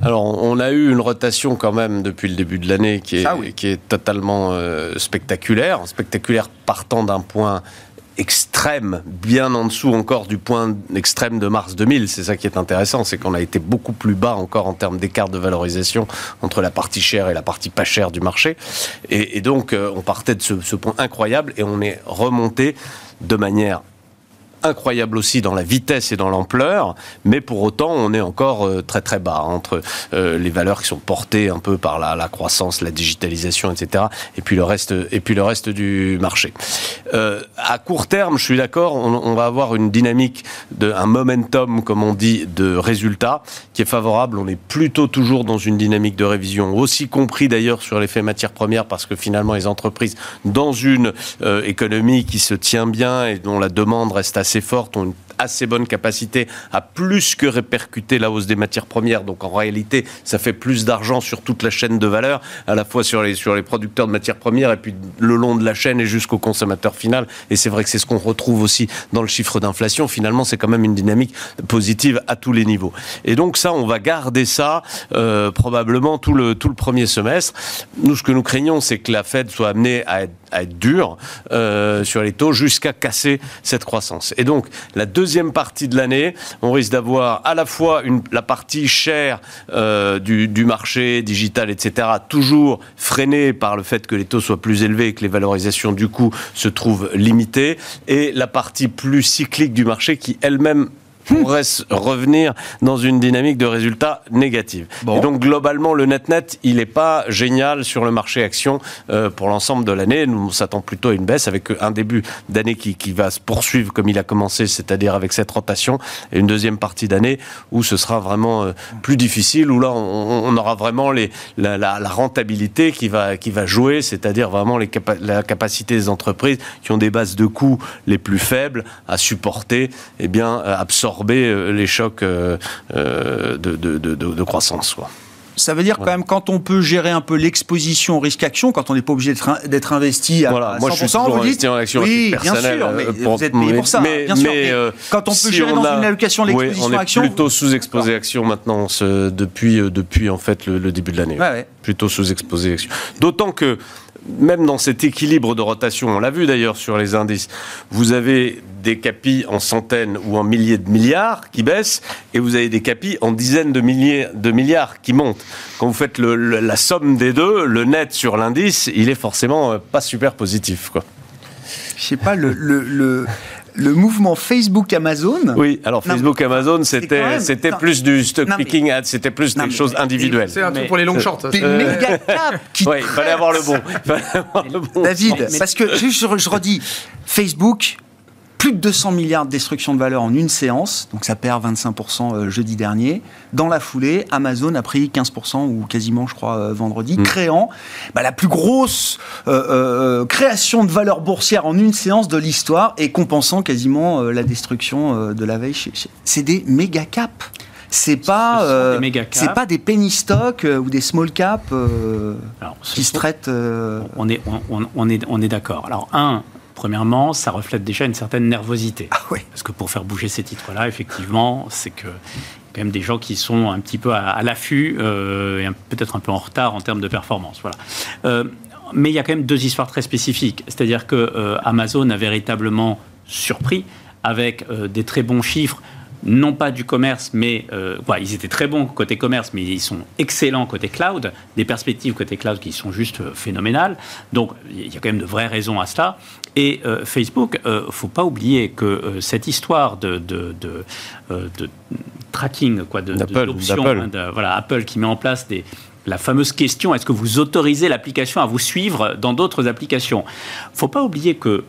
Alors, on a eu une rotation quand même depuis le début de l'année qui est, Ça, oui. qui est totalement euh, spectaculaire. Spectaculaire partant d'un point extrême, bien en dessous encore du point extrême de mars deux mille. C'est ça qui est intéressant, c'est qu'on a été beaucoup plus bas encore en termes d'écart de valorisation entre la partie chère et la partie pas chère du marché. Et, et donc, euh, on partait de ce, ce point incroyable et on est remonté de manière incroyable aussi dans la vitesse et dans l'ampleur, mais pour autant on est encore euh, très très bas entre euh, les valeurs qui sont portées un peu par la, la croissance, la digitalisation, et cetera. Et puis le reste, et puis le reste du marché. Euh, à court terme, je suis d'accord, on, on va avoir une dynamique, de, un momentum, comme on dit, de résultats qui est favorable. On est plutôt toujours dans une dynamique de révision, aussi compris d'ailleurs sur l'effet matières premières, parce que finalement les entreprises dans une euh, économie qui se tient bien et dont la demande reste assez forte, ont une assez bonne capacité à plus que répercuter la hausse des matières premières. Donc en réalité, ça fait plus d'argent sur toute la chaîne de valeur, à la fois sur les, sur les producteurs de matières premières et puis le long de la chaîne et jusqu'au consommateur final. Et c'est vrai que c'est ce qu'on retrouve aussi dans le chiffre d'inflation. Finalement, c'est quand même une dynamique positive à tous les niveaux. Et donc ça, on va garder ça euh, probablement tout le, tout le premier semestre. Nous, ce que nous craignons, c'est que la Fed soit amenée à être, à être dure euh, sur les taux jusqu'à casser cette croissance. Et donc, la deuxième Deuxième partie de l'année, on risque d'avoir à la fois une, la partie chère euh, du, du marché digital, et cetera, toujours freinée par le fait que les taux soient plus élevés et que les valorisations du coup se trouvent limitées, et la partie plus cyclique du marché qui elle-même pourrait revenir dans une dynamique de résultats négative. Bon. Et donc globalement, le net-net, il n'est pas génial sur le marché action euh, pour l'ensemble de l'année. Nous, on s'attend plutôt à une baisse avec un début d'année qui, qui va se poursuivre comme il a commencé, c'est-à-dire avec cette rotation, et une deuxième partie d'année où ce sera vraiment euh, plus difficile, où là, on, on aura vraiment les, la, la, la rentabilité qui va, qui va jouer, c'est-à-dire vraiment les capa- la capacité des entreprises qui ont des bases de coûts les plus faibles à supporter, eh bien, absorber les chocs de, de, de, de, de croissance, quoi. Ça veut dire quand même, quand on peut gérer un peu l'exposition au risque action, quand on n'est pas obligé d'être, d'être investi à, voilà, à moi cent pour cent, je suis vous dites, en action oui, bien sûr, mais pour, vous êtes payé pour ça, mais, bien sûr. Mais, mais euh, quand on peut si gérer on dans a, une allocation l'exposition oui, on est action, plutôt sous-exposé action maintenant ce, depuis, euh, depuis en fait le, le début de l'année. Ouais, ouais. Plutôt sous-exposé action. D'autant que même dans cet équilibre de rotation, on l'a vu d'ailleurs sur les indices, vous avez des capis en centaines ou en milliers de milliards qui baissent, et vous avez des capis en dizaines de milliers de milliards qui montent. Quand vous faites le, le, la somme des deux, le net sur l'indice, il est forcément pas super positif, quoi. Je sais pas, le... le, le... Le mouvement Facebook-Amazon. Oui, alors Facebook-Amazon, c'était, même, c'était plus du stock non, picking, mais, c'était plus non, des mais, choses individuelles. C'est un truc pour les long shorts. Des euh, méga caps qui. Oui, il fallait avoir le bon. Avoir le bon. David, mais, parce que je, je, je redis, Facebook. Plus de deux cents milliards de destruction de valeur en une séance, donc ça perd vingt-cinq pour cent jeudi dernier. Dans la foulée, Amazon a pris quinze pour cent ou quasiment, je crois, vendredi, mmh. créant bah, la plus grosse euh, euh, création de valeur boursière en une séance de l'histoire et compensant quasiment euh, la destruction euh, de la veille. Chez, chez... C'est des méga caps. C'est pas, euh, c'est pas des penny stocks euh, ou des small caps euh, Alors, qui se traitent. Euh... On est, on, on est, on est d'accord. Alors un. Premièrement, ça reflète déjà une certaine nervosité. Ah oui. Parce que pour faire bouger ces titres-là, effectivement, c'est que quand même des gens qui sont un petit peu à, à l'affût euh, et un, peut-être un peu en retard en termes de performance. Voilà. Euh, mais il y a quand même deux histoires très spécifiques. C'est-à-dire que euh, Amazon a véritablement surpris avec euh, des très bons chiffres. Non pas du commerce, mais euh, quoi, ils étaient très bons côté commerce, mais ils sont excellents côté cloud, des perspectives côté cloud qui sont juste euh, phénoménales. Donc, il y a quand même de vraies raisons à cela. Et euh, Facebook, il euh, ne faut pas oublier que euh, cette histoire de, de, de, euh, de tracking, quoi, de, d'Apple, d'options, d'Apple. Hein, de, voilà, Apple qui met en place des, la fameuse question, est-ce que vous autorisez l'application à vous suivre dans d'autres applications ? Il ne faut pas oublier que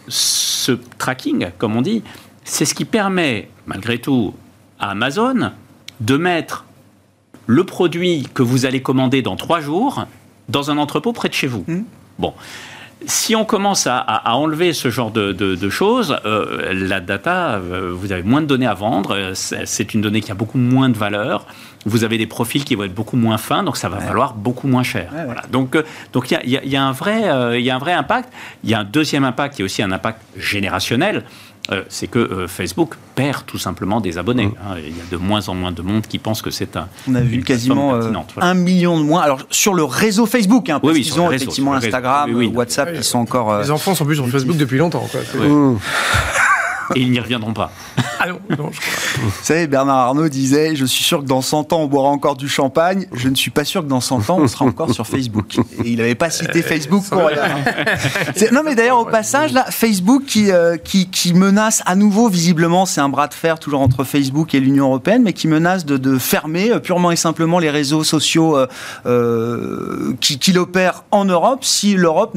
ce tracking, comme on dit, c'est ce qui permet, malgré tout, à Amazon de mettre le produit que vous allez commander dans trois jours dans un entrepôt près de chez vous. Mmh. Bon. Si on commence à, à, à enlever ce genre de, de, de choses, euh, la data, euh, vous avez moins de données à vendre, c'est, c'est une donnée qui a beaucoup moins de valeur, vous avez des profils qui vont être beaucoup moins fins, donc ça va ouais. valoir beaucoup moins cher. Ouais, ouais. Voilà. Donc il donc y, a, y, a, y, a un vrai, euh, y a un vrai impact. Il y a un deuxième impact, il y a aussi un impact générationnel. euh, c'est que euh, Facebook perd tout simplement des abonnés. Mmh. Hein, il y a de moins en moins de monde qui pense que c'est un. On a vu quasiment euh, un million de moins. Alors sur le réseau Facebook, hein, parce oui, oui, qu'ils ont réseau, effectivement Instagram, oui, oui, WhatsApp, oui, qui sont encore. Euh, les enfants sont plus sur Facebook depuis longtemps, quoi. Oui. Mmh. Et ils n'y reviendront pas. Ah non, non, je crois. Vous savez, Bernard Arnault disait « Je suis sûr que dans cent ans, on boira encore du champagne. Je ne suis pas sûr que dans cent ans, on sera encore sur Facebook. » Et il n'avait pas cité Facebook pour rien. Non, mais d'ailleurs, au passage, là, Facebook qui, euh, qui, qui menace à nouveau, visiblement, c'est un bras de fer toujours entre Facebook et l'Union européenne, mais qui menace de, de fermer euh, purement et simplement les réseaux sociaux euh, euh, qui, qui l'opèrent en Europe si l'Europe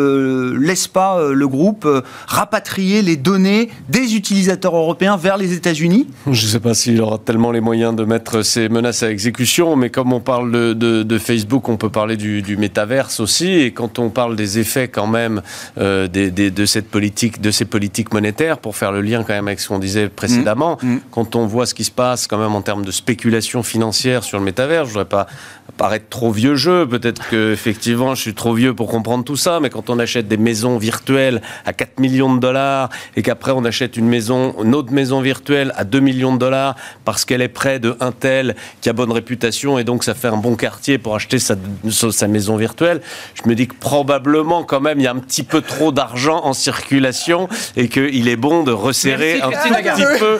ne laisse pas euh, le groupe euh, rapatrier les données des utilisateurs européens vers les États-Unis. Je ne sais pas s'il aura tellement les moyens de mettre ces menaces à exécution, mais comme on parle de, de, de Facebook, on peut parler du, du métaverse aussi, et quand on parle des effets quand même euh, des, des, de cette politique, de ces politiques monétaires, pour faire le lien quand même avec ce qu'on disait précédemment, mmh. Mmh. quand on voit ce qui se passe quand même en termes de spéculation financière sur le métaverse, je ne voudrais pas paraître trop vieux jeu, peut-être que effectivement je suis trop vieux pour comprendre tout ça, mais quand on achète des maisons virtuelles à quatre millions de dollars et qu'après on achète une maison, une autre maison virtuelle à deux millions de dollars parce qu'elle est près de un tel qui a bonne réputation et donc ça fait un bon quartier pour acheter sa, sa maison virtuelle, je me dis que probablement quand même il y a un petit peu trop d'argent en circulation et qu'il est bon de resserrer un tout petit peu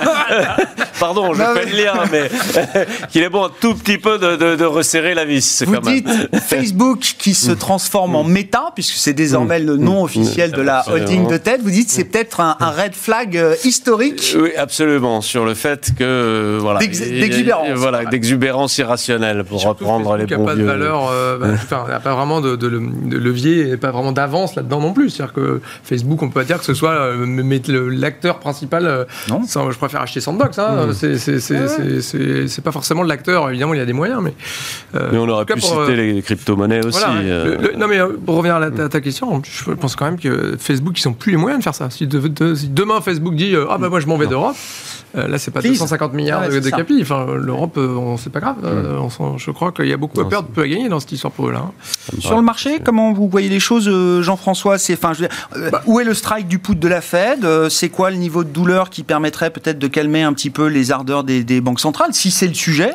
pardon je non, fais mais... le lien mais qu'il est bon un tout petit peu de, de, de resserrer la vis. Vous dites Facebook qui se transforme en méta, puisque c'est désormais le nom officiel de la holding de tête, vous dites c'est peut-être un, un red flag historique. Oui, absolument, sur le fait que euh, voilà, D'ex- d'exubérance, voilà, ouais. d'exubérance irrationnelle pour reprendre les bons vieux. Il n'y a pas de valeur, euh, bah, enfin, il n'y a pas vraiment de, de, de levier, et pas vraiment d'avance là-dedans non plus. C'est-à-dire que Facebook, on peut pas dire que ce soit euh, l'acteur principal. Euh, sans, je préfère acheter Sandbox. Hein, mmh. c'est, c'est, c'est, ouais. c'est, c'est, c'est pas forcément l'acteur. Évidemment, il y a des moyens, mais. Euh, mais on aurait pu pour, citer euh, les crypto-monnaies aussi. Voilà, euh... le, le, non, mais pour revenir à, la, à ta question, je pense quand même que Facebook, ils n'ont plus les moyens de faire ça. Si, de, de, si demain Facebook dit euh, ah ben bah, moi je m'en vais d'Europe, euh, là c'est pas Please. deux cent cinquante milliards ah ouais, de, de capi. Enfin, l'Europe, euh, on, c'est pas grave. Mm. Euh, on, je crois qu'il y a beaucoup non, à perdre, peu à gagner dans cette histoire pour eux là. Hein. Sur le marché, comment vous voyez les choses, Jean-François? C'est, enfin, je veux dire, euh, bah, où est le strike du put de la Fed? euh, C'est quoi le niveau de douleur qui permettrait peut-être de calmer un petit peu les ardeurs des, des banques centrales, si c'est le sujet?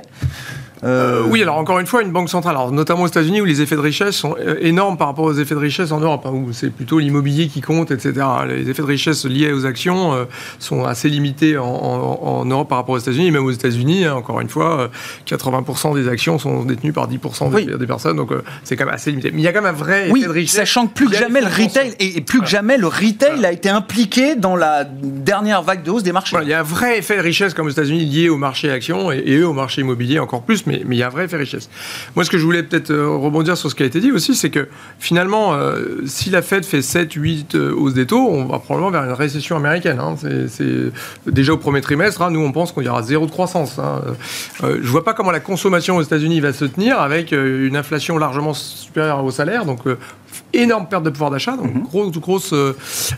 Euh, oui, alors encore une fois, une banque centrale, alors, notamment aux États-Unis où les effets de richesse sont énormes par rapport aux effets de richesse en Europe, hein, où c'est plutôt l'immobilier qui compte, et cetera. Les effets de richesse liés aux actions euh, sont assez limités en, en, en Europe par rapport aux États-Unis, même aux États-Unis, hein, encore une fois, euh, quatre-vingts pour cent des actions sont détenues par dix pour cent oui. des, des personnes, donc euh, c'est quand même assez limité. Mais il y a quand même un vrai oui, effet de richesse. Sachant que plus que jamais le retail, et, et plus que jamais le retail voilà. a été impliqué dans la dernière vague de hausse des marchés. Voilà, il y a un vrai effet de richesse comme aux États-Unis lié au marché actions et, et eux au marché immobilier encore plus, mais, mais il y a un vrai effet de richesse. Moi, ce que je voulais peut-être euh, rebondir sur ce qui a été dit aussi, c'est que finalement, euh, si la Fed fait sept huit euh, hausses des taux, on va probablement vers une récession américaine. Hein. C'est, c'est... Déjà au premier trimestre, hein, nous, on pense qu'il y aura zéro de croissance. Hein. Euh, je ne vois pas comment la consommation aux États-Unis va se tenir avec euh, une inflation largement supérieure au salaire. Donc, euh, énorme perte de pouvoir d'achat, donc mm-hmm. gros, gros euh,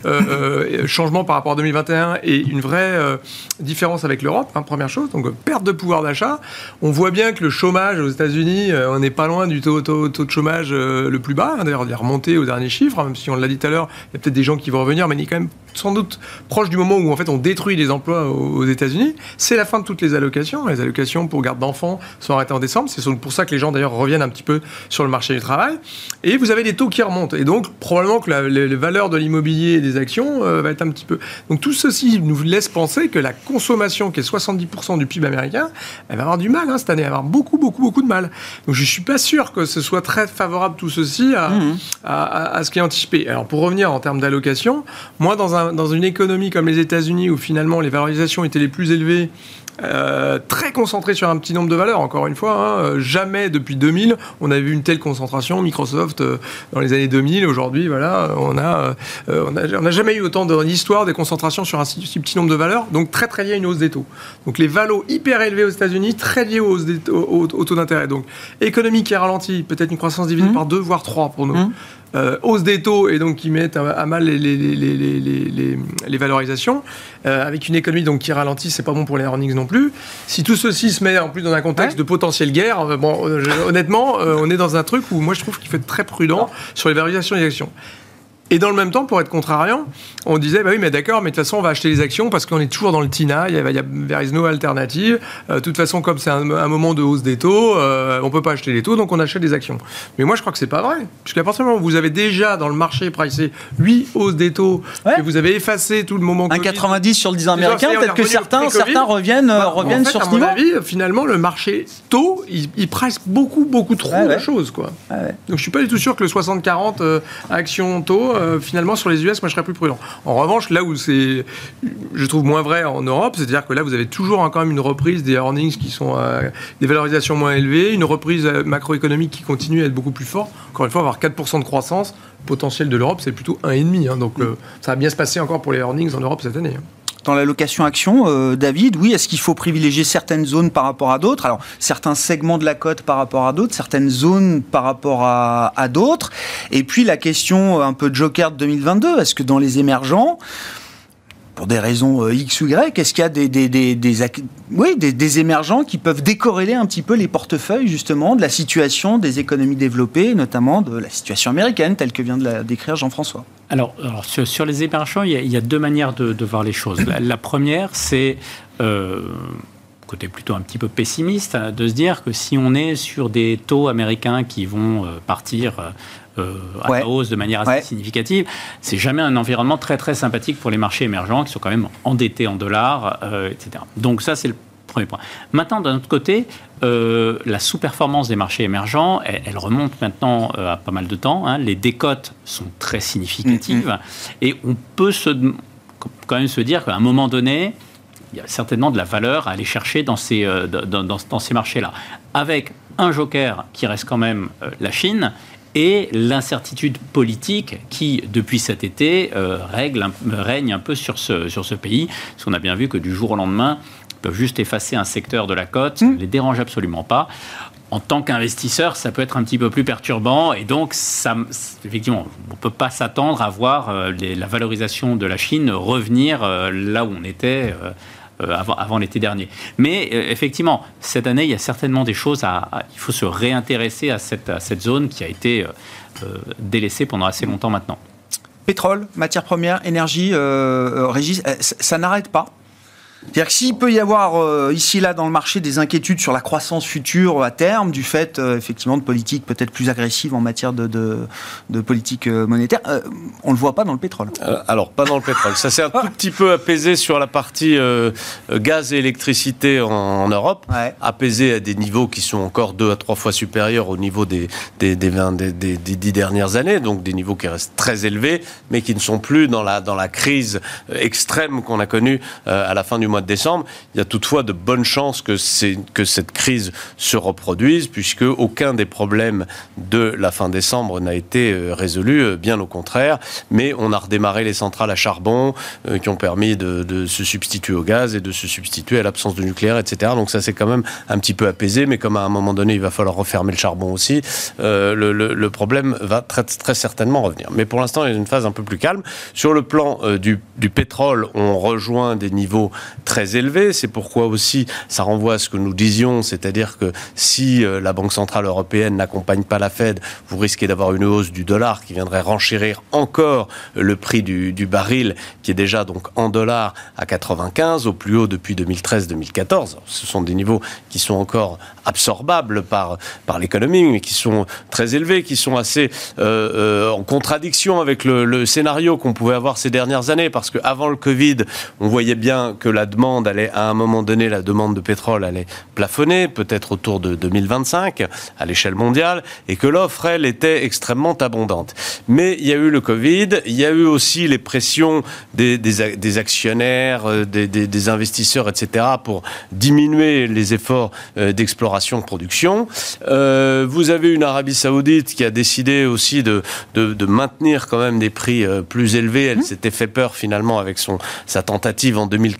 euh, changement par rapport à deux mille vingt et un et une vraie euh, différence avec l'Europe, hein, première chose, donc perte de pouvoir d'achat. On voit bien que le chômage aux États-Unis, euh, on n'est pas loin du taux, taux, taux de chômage euh, le plus bas, hein, d'ailleurs il est remonté aux derniers chiffres, hein, même si on l'a dit tout à l'heure, il y a peut-être des gens qui vont revenir, mais il est quand même sans doute proche du moment où en fait on détruit les emplois aux, aux États-Unis. C'est la fin de toutes les allocations, les allocations pour garde d'enfants sont arrêtées en décembre, c'est pour ça que les gens d'ailleurs reviennent un petit peu sur le marché du travail, et vous avez des taux qui remontent. Et donc, probablement que la, les, les valeurs de l'immobilier et des actions euh, va être un petit peu... Donc, tout ceci nous laisse penser que la consommation, qui est soixante-dix pour cent du P I B américain, elle va avoir du mal hein, cette année, elle va avoir beaucoup, beaucoup, beaucoup de mal. Donc, je ne suis pas sûr que ce soit très favorable tout ceci à, mmh. à, à, à ce qui est anticipé. Alors, pour revenir en termes d'allocation, moi, dans, un, dans une économie comme les États-Unis, où finalement les valorisations étaient les plus élevées, Euh, très concentré sur un petit nombre de valeurs, encore une fois, hein, jamais depuis deux mille on a vu une telle concentration. Microsoft euh, dans les années deux mille, aujourd'hui, voilà, on a, euh, on a, on a jamais eu autant de l'histoire des concentrations sur un si, si petit nombre de valeurs, donc très très lié à une hausse des taux. Donc les valos hyper élevés aux États-Unis, très liés aux hausses des, au, au, au taux d'intérêt. Donc économie qui a ralenti, peut-être une croissance divisée mmh. par deux voire trois pour nous. Mmh. Euh, hausse des taux et donc qui mettent à, à mal les, les, les, les, les, les, les valorisations, euh, avec une économie donc qui ralentit, c'est pas bon pour les earnings non plus. Si tout ceci se met en plus dans un contexte ouais. de potentielle guerre, euh, bon, euh, je, honnêtement, euh, on est dans un truc où moi je trouve qu'il faut être très prudent sur les valorisations des actions. Et dans le même temps, pour être contrariant, on disait, bah oui, mais d'accord, mais de toute façon, on va acheter les actions parce qu'on est toujours dans le T I N A, il y a, il y a there is no alternative. Euh, de toute façon, comme c'est un, un moment de hausse des taux, euh, on peut pas acheter les taux, donc on achète des actions. Mais moi, je crois que c'est pas vrai. Puisqu'à partir du moment où vous avez déjà dans le marché pricé huit hausses des taux, ouais. et vous avez effacé tout le moment un virgule quatre-vingt-dix sur le dix ans américain, peut-être que certains, certains reviennent, bah, reviennent en fait, sur ce niveau. À mon avis, finalement, le marché taux, il, il price beaucoup, beaucoup trop ouais, de ouais. choses, quoi. Ouais, ouais. Donc, je suis pas du tout sûr que le soixante quarante euh, actions taux, euh, finalement, sur les U S, moi, je serais plus prudent. En revanche, là où c'est, je trouve moins vrai en Europe, c'est-à-dire que là, vous avez toujours quand même une reprise des earnings qui sont euh, des valorisations moins élevées, une reprise macroéconomique qui continue à être beaucoup plus forte. Encore une fois, avoir quatre pour cent de croissance, le potentiel de l'Europe, c'est plutôt un virgule cinq. Hein, donc, euh, ça va bien se passer encore pour les earnings en Europe cette année. Hein. Dans l'allocation action, euh, David, oui, est-ce qu'il faut privilégier certaines zones par rapport à d'autres ? Alors, certains segments de la cote par rapport à d'autres, certaines zones par rapport à, à d'autres. Et puis, la question un peu joker de deux mille vingt-deux, est-ce que dans les émergents, pour des raisons X ou Y, est-ce qu'il y a des, des, des, des, oui, des, des émergents qui peuvent décorréler un petit peu les portefeuilles, justement, de la situation des économies développées, notamment de la situation américaine, telle que vient de la décrire Jean-François ? Alors, alors sur, sur les émergents, il y, a, il y a deux manières de, de voir les choses. La, la première, c'est, euh, côté plutôt un petit peu pessimiste, de se dire que si on est sur des taux américains qui vont euh, partir... Euh, Euh, à ouais. la hausse de manière assez ouais. significative, c'est jamais un environnement très très sympathique pour les marchés émergents qui sont quand même endettés en dollars, euh, et cetera. Donc ça, c'est le premier point. Maintenant, d'un autre côté, euh, la sous-performance des marchés émergents, elle, elle remonte maintenant euh, à pas mal de temps. Hein. Les décotes sont très significatives mm-hmm. et on peut se, quand même se dire qu'à un moment donné, il y a certainement de la valeur à aller chercher dans ces, euh, dans, dans, dans ces marchés-là. Avec un joker qui reste quand même euh, la Chine, et l'incertitude politique qui, depuis cet été, euh, règle, règne un peu sur ce, sur ce pays. Parce qu'on a bien vu que du jour au lendemain, ils peuvent juste effacer un secteur de la cote, ça ne les dérange absolument pas. En tant qu'investisseur, ça peut être un petit peu plus perturbant. Et donc, ça, effectivement, on ne peut pas s'attendre à voir euh, les, la valorisation de la Chine revenir euh, là où on était euh, Euh, avant, avant l'été dernier. Mais euh, effectivement, cette année, il y a certainement des choses à... à il faut se réintéresser à cette, à cette zone qui a été euh, euh, délaissée pendant assez longtemps maintenant. Pétrole, matières premières, énergie, euh, Régis, ça, ça n'arrête pas. C'est-à-dire que s'il peut y avoir euh, ici là dans le marché des inquiétudes sur la croissance future à terme, du fait euh, effectivement de politiques peut-être plus agressives en matière de, de, de politique euh, monétaire, euh, on ne le voit pas dans le pétrole. Euh, alors, pas dans le pétrole. Ça s'est un tout petit peu apaisé sur la partie euh, gaz et électricité en, en Europe, ouais. apaisé à des niveaux qui sont encore deux à trois fois supérieurs au niveau des, des, des, vingt, des, des, des dix dernières années, donc des niveaux qui restent très élevés, mais qui ne sont plus dans la, dans la crise extrême qu'on a connue euh, à la fin du mois de décembre. Il y a toutefois de bonnes chances que, c'est, que cette crise se reproduise, puisque aucun des problèmes de la fin décembre n'a été résolu, bien au contraire. Mais on a redémarré les centrales à charbon euh, qui ont permis de, de se substituer au gaz et de se substituer à l'absence de nucléaire, et cetera. Donc ça c'est quand même un petit peu apaisé, mais comme à un moment donné il va falloir refermer le charbon aussi, euh, le, le, le problème va très, très certainement revenir. Mais pour l'instant il y a une phase un peu plus calme. Sur le plan euh, du, du pétrole, on rejoint des niveaux très élevé. C'est pourquoi aussi ça renvoie à ce que nous disions, c'est-à-dire que si euh, la Banque Centrale Européenne n'accompagne pas la Fed, vous risquez d'avoir une hausse du dollar qui viendrait renchérir encore le prix du, du baril, qui est déjà donc en dollars à quatre-vingt-quinze, au plus haut depuis deux mille treize deux mille quatorze. Ce sont des niveaux qui sont encore absorbables par, par l'économie, mais qui sont très élevés, qui sont assez euh, euh, en contradiction avec le, le scénario qu'on pouvait avoir ces dernières années, parce qu'avant le Covid, on voyait bien que la demande allait, à un moment donné, la demande de pétrole allait plafonner, peut-être autour de deux mille vingt-cinq, à l'échelle mondiale, et que l'offre, elle, était extrêmement abondante. Mais il y a eu le Covid, il y a eu aussi les pressions des, des, des actionnaires, des, des, des investisseurs, et cetera, pour diminuer les efforts d'exploration-production. Euh, vous avez une Arabie Saoudite qui a décidé aussi de, de, de maintenir quand même des prix plus élevés. Elle mmh. s'était fait peur, finalement, avec son, sa tentative en deux mille quatorze de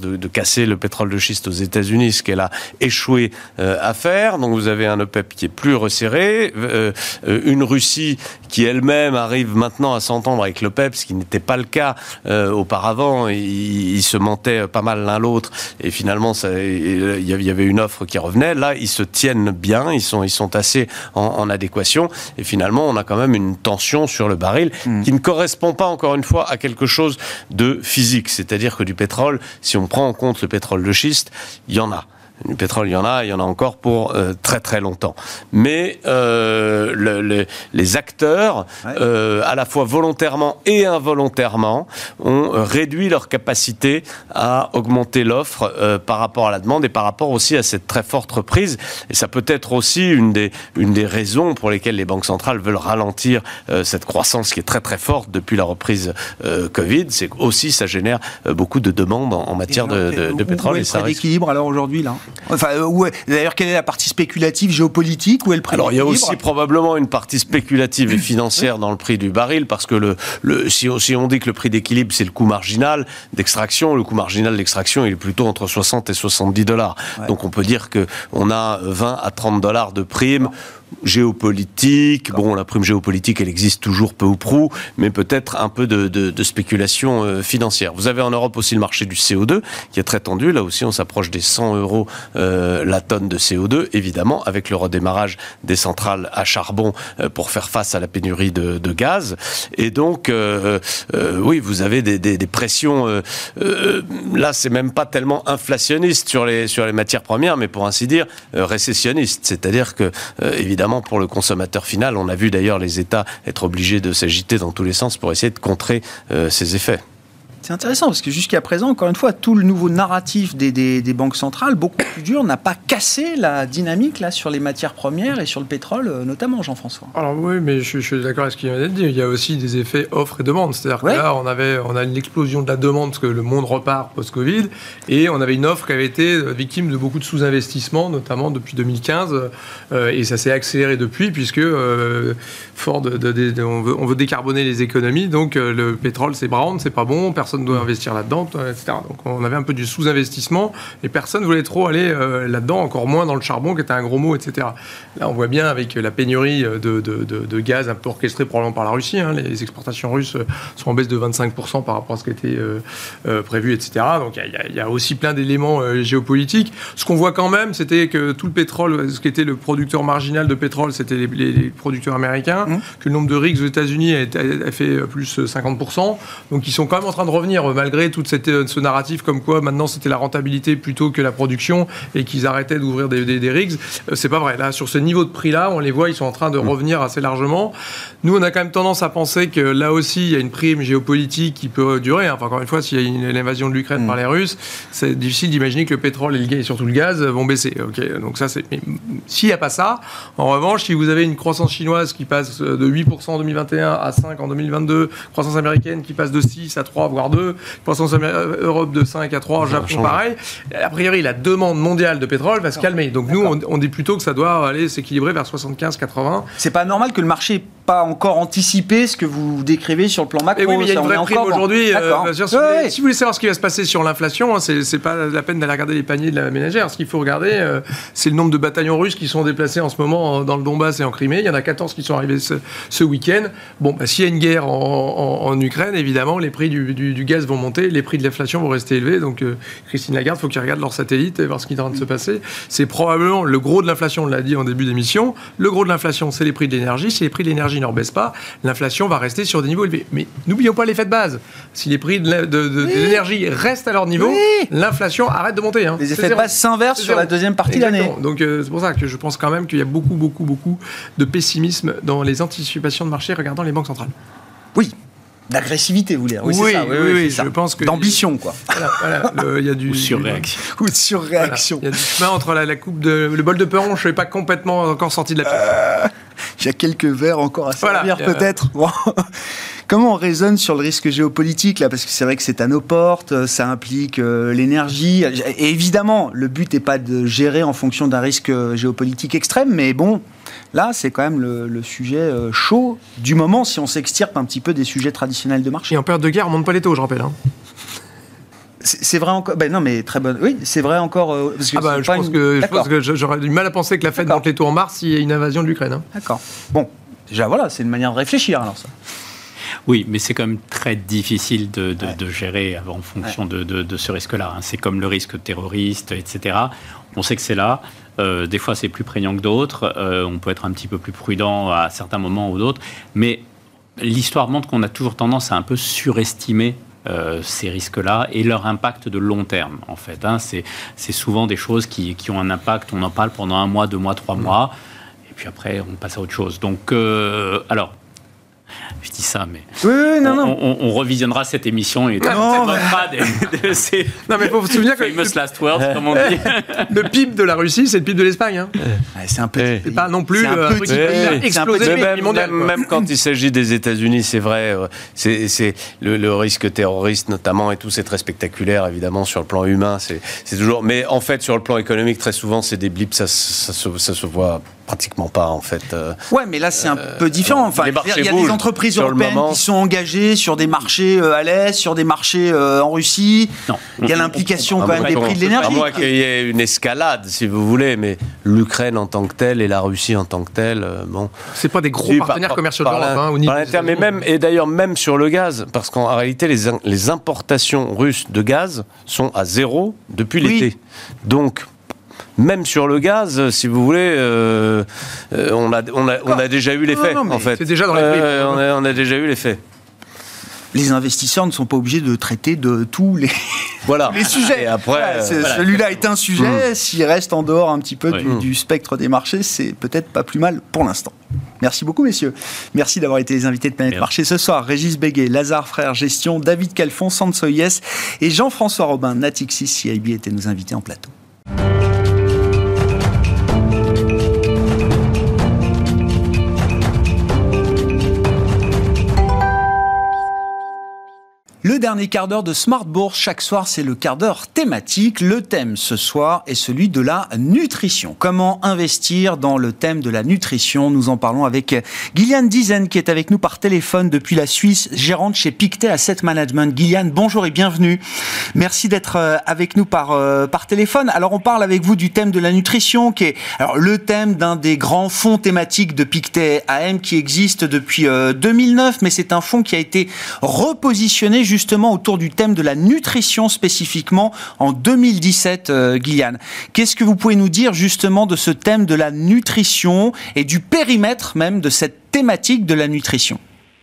de, de casser le pétrole de schiste aux États-Unis, ce qu'elle a échoué euh, à faire. Donc vous avez un OPEP qui est plus resserré, euh, euh, une Russie qui elle-même arrive maintenant à s'entendre avec l'OPEP, ce qui n'était pas le cas euh, auparavant. Ils, ils se mentaient pas mal l'un l'autre et finalement ça, il y avait une offre qui revenait. Là, ils se tiennent bien, ils sont, ils sont assez en, en adéquation et finalement on a quand même une tension sur le baril mmh. qui ne correspond pas encore une fois à quelque chose de physique. C'est-à-dire que du pétrole, si on prend en compte le pétrole de schiste, il y en a. Du pétrole, il y en a, il y en a encore pour euh, très très longtemps. Mais euh, le, le, les acteurs, ouais. euh, à la fois volontairement et involontairement, ont réduit leur capacité à augmenter l'offre euh, par rapport à la demande et par rapport aussi à cette très forte reprise. Et ça peut être aussi une des, une des raisons pour lesquelles les banques centrales veulent ralentir euh, cette croissance qui est très très forte depuis la reprise euh, Covid. C'est aussi, ça génère euh, beaucoup de demandes en, en matière alors, de, de, de pétrole. Où est et le ça prix d'équilibre alors aujourd'hui là? Enfin, euh, où est, d'ailleurs, quelle est la partie spéculative, géopolitique, où est le prix Alors, il y a d'équilibre aussi probablement une partie spéculative et financière dans le prix du baril, parce que le, le, si, on, si on dit que le prix d'équilibre, c'est le coût marginal d'extraction, le coût marginal d'extraction, il est plutôt entre soixante et soixante-dix dollars. Ouais. Donc, on peut dire qu'on a vingt à trente dollars de prime. Géopolitique, bon, la prime géopolitique, elle existe toujours peu ou prou, mais peut-être un peu de, de, de spéculation euh, financière. Vous avez en Europe aussi le marché du C O deux, qui est très tendu. Là aussi, on s'approche des cent euros euh, la tonne de C O deux, évidemment, avec le redémarrage des centrales à charbon euh, pour faire face à la pénurie de, de gaz. Et donc, euh, euh, oui, vous avez des, des, des pressions. Euh, euh, là, c'est même pas tellement inflationniste sur les, sur les matières premières, mais pour ainsi dire, euh, récessionniste. C'est-à-dire que, euh, évidemment, Évidemment, pour le consommateur final, on a vu d'ailleurs les États être obligés de s'agiter dans tous les sens pour essayer de contrer euh, ces effets. C'est intéressant parce que jusqu'à présent, encore une fois, tout le nouveau narratif des, des, des banques centrales, beaucoup plus dur, n'a pas cassé la dynamique là, sur les matières premières et sur le pétrole, notamment, Jean-François. Alors oui, mais je, je suis d'accord avec ce qu'il vient d'être dit. Il y a aussi des effets offre et demande. C'est-à-dire ouais. que là, on, avait, on a une explosion de la demande parce que le monde repart post-Covid et on avait une offre qui avait été victime de beaucoup de sous-investissements, notamment depuis deux mille quinze. Euh, et ça s'est accéléré depuis puisque, euh, fort de, de, de, de, on, veut, on veut décarboner les économies. Donc euh, le pétrole, c'est brown, c'est pas bon, personne doit investir là-dedans, et cetera. Donc on avait un peu du sous-investissement et personne ne voulait trop aller euh, là-dedans, encore moins dans le charbon qui était un gros mot, et cetera. Là on voit bien avec la pénurie de, de, de, de gaz un peu orchestrée probablement par la Russie, hein, les exportations russes sont en baisse de vingt-cinq pour cent par rapport à ce qui était euh, euh, prévu, et cetera. Donc il y, y, y a aussi plein d'éléments euh, géopolitiques. Ce qu'on voit quand même, c'était que tout le pétrole, ce qui était le producteur marginal de pétrole, c'était les, les, les producteurs américains, mmh. que le nombre de rigs aux États-Unis a, a, a fait plus cinquante pour cent. Donc ils sont quand même en train de revenir malgré tout cette, ce narratif comme quoi maintenant c'était la rentabilité plutôt que la production et qu'ils arrêtaient d'ouvrir des, des, des rigs. C'est pas vrai. Là, sur ce niveau de prix-là, on les voit, ils sont en train de revenir assez largement. Nous, on a quand même tendance à penser que là aussi, il y a une prime géopolitique qui peut durer. Enfin, encore une fois, s'il y a une, l'invasion de l'Ukraine mmh. par les Russes, c'est difficile d'imaginer que le pétrole et, le, et surtout le gaz vont baisser. Okay, donc ça, c'est... Mais s'il n'y a pas ça, en revanche, si vous avez une croissance chinoise qui passe de huit pour cent en deux mille vingt et un à cinq pour cent en deux mille vingt-deux, croissance américaine qui passe de six à trois, voire deux, croissance Europe de cinq à trois, Japon pareil, a priori la demande mondiale de pétrole va se calmer. Donc nous, on, on dit plutôt que ça doit aller s'équilibrer vers soixante-quinze à quatre-vingts. C'est pas normal que le marché n'ait pas encore anticipé ce que vous décrivez sur le plan macro. Et oui, mais il y a une vraie prime aujourd'hui. Euh, si, oui, oui. si vous voulez savoir ce qui va se passer sur l'inflation, hein, c'est, c'est pas la peine d'aller regarder les paniers de la ménagère. Ce qu'il faut regarder, euh, c'est le nombre de bataillons russes qui sont déplacés en ce moment dans le Donbass et en Crimée. Il y en a quatorze qui sont arrivés ce, ce week-end. Bon, bah, s'il y a une guerre en, en, en Ukraine, évidemment, les prix du, du, du gaz vont monter, les prix de l'inflation vont rester élevés. Donc, euh, Christine Lagarde, il faut qu'ils regardent leur satellite et voir ce qui est en train de se passer. C'est probablement le gros de l'inflation, on l'a dit en début d'émission. Le gros de l'inflation, c'est les prix de l'énergie. Si les prix de l'énergie ne rebaissent pas, l'inflation va rester sur des niveaux élevés. Mais n'oublions pas l'effet de base. Si les prix de, de, de, oui. de l'énergie restent à leur niveau, oui. l'inflation arrête de monter. Hein. Les effets de base s'inversent sur la deuxième partie Exactement. de l'année. Donc, euh, c'est pour ça que je pense quand même qu'il y a beaucoup, beaucoup, beaucoup de pessimisme dans les anticipations de marché regardant les banques centrales. Oui. D'agressivité, vous voulez dire. Oui, oui, c'est ça. oui, oui, oui c'est je ça. pense que... D'ambition, quoi. Voilà, voilà, il y a du... Ou surréaction. Ou de surréaction. Il voilà. y a du chemin entre la, la coupe de... Le bol de Perron, je ne suis pas complètement encore sorti de la pièce. Euh, il y a quelques verres encore à servir, voilà, peut-être. A... Bon. Comment on raisonne sur le risque géopolitique, là ? Parce que c'est vrai que c'est à nos portes, ça implique euh, l'énergie. Et évidemment, le but n'est pas de gérer en fonction d'un risque géopolitique extrême, mais bon... Là, c'est quand même le, le sujet euh, chaud du moment, si on s'extirpe un petit peu des sujets traditionnels de marché. Et en période de guerre, on ne monte pas les taux, je rappelle. Hein. C'est, c'est vrai encore. Ben non, mais très bonne. Oui, c'est vrai encore. Euh, parce que ah bah, c'est je, pas pense une... que, je pense que j'aurais du mal à penser que la Fed D'accord. monte les taux en mars s'il y a une invasion de l'Ukraine. Hein. D'accord. Bon, déjà voilà, c'est une manière de réfléchir alors ça. Oui, mais c'est quand même très difficile de, de, ouais. de gérer en fonction ouais. de, de, de ce risque-là. Hein. C'est comme le risque terroriste, et cetera. On sait que c'est là. Euh, des fois, c'est plus prégnant que d'autres. Euh, on peut être un petit peu plus prudent à certains moments ou d'autres. Mais l'histoire montre qu'on a toujours tendance à un peu surestimer euh, ces risques-là et leur impact de long terme, en fait. Hein. C'est, c'est souvent des choses qui, qui ont un impact. On en parle pendant un mois, deux mois, trois mmh. mois. Et puis après, on passe à autre chose. Donc, euh, alors... Je dis ça, mais oui, oui, non, on, non. On, on revisionnera cette émission et non, on mais... pas de, de ces non, mais faut se souvenir que famous last words, comme on dit. Le P I B de la Russie, c'est le P I B de l'Espagne. Hein. Ouais, c'est un petit c'est pays. pas non plus c'est un euh, petit pays explosé même, mondial. Même, même quand il s'agit des États-Unis, c'est vrai, c'est, c'est le, le risque terroriste notamment et tout, c'est très spectaculaire évidemment sur le plan humain. C'est, c'est toujours, mais en fait sur le plan économique, très souvent c'est des blips, ça, ça, ça, ça se voit pratiquement pas en fait. Ouais, mais là c'est un euh, peu différent. Enfin, il y a des entreprises européennes qui sont engagées sur des marchés à l'est, sur des marchés en Russie. Non. Il y a l'implication quand même des prix de l'énergie. À moins qu'il y ait une escalade, si vous voulez, mais l'Ukraine en tant que telle et la Russie en tant que telle, bon. C'est pas des gros si, partenaires par, commerciaux par, de l'Europe, par, hein, au niveau. Mais même et d'ailleurs même sur le gaz, parce qu'en réalité les les importations russes de gaz sont à zéro depuis oui. l'été. Donc même sur le gaz, si vous voulez, euh, euh, on, a, on, a, on a déjà eu les faits, non, non, en fait. C'est déjà dans les prix. Euh, on, a, on a déjà eu les faits. Les investisseurs ne sont pas obligés de traiter de tous les, voilà. les sujets. Et après, ouais, euh, voilà. Celui-là est un sujet. Mmh. S'il reste en dehors un petit peu oui. du, mmh. du spectre des marchés, c'est peut-être pas plus mal pour l'instant. Merci beaucoup, messieurs. Merci d'avoir été les invités de Planète Merci. Marché ce soir. Régis Béguet, Lazare Frères Gestion, David Calfon, Sansoyes et Jean-François Robin, Natixis C I B étaient nos invités en plateau. Le dernier quart d'heure de Smart Bourse, chaque soir, c'est le quart d'heure thématique. Le thème ce soir est celui de la nutrition. Comment investir dans le thème de la nutrition? Nous en parlons avec Gilliane Dizen, qui est avec nous par téléphone depuis la Suisse, gérante chez Pictet Asset Management. Gilliane, bonjour et bienvenue. Merci d'être avec nous par, par téléphone. Alors, on parle avec vous du thème de la nutrition, qui est alors, le thème d'un des grands fonds thématiques de Pictet A M qui existe depuis deux mille neuf, mais c'est un fonds qui a été repositionné justement autour du thème de la nutrition spécifiquement en deux mille dix-sept, euh, Gilliane. Qu'est-ce que vous pouvez nous dire justement de ce thème de la nutrition et du périmètre même de cette thématique de la nutrition?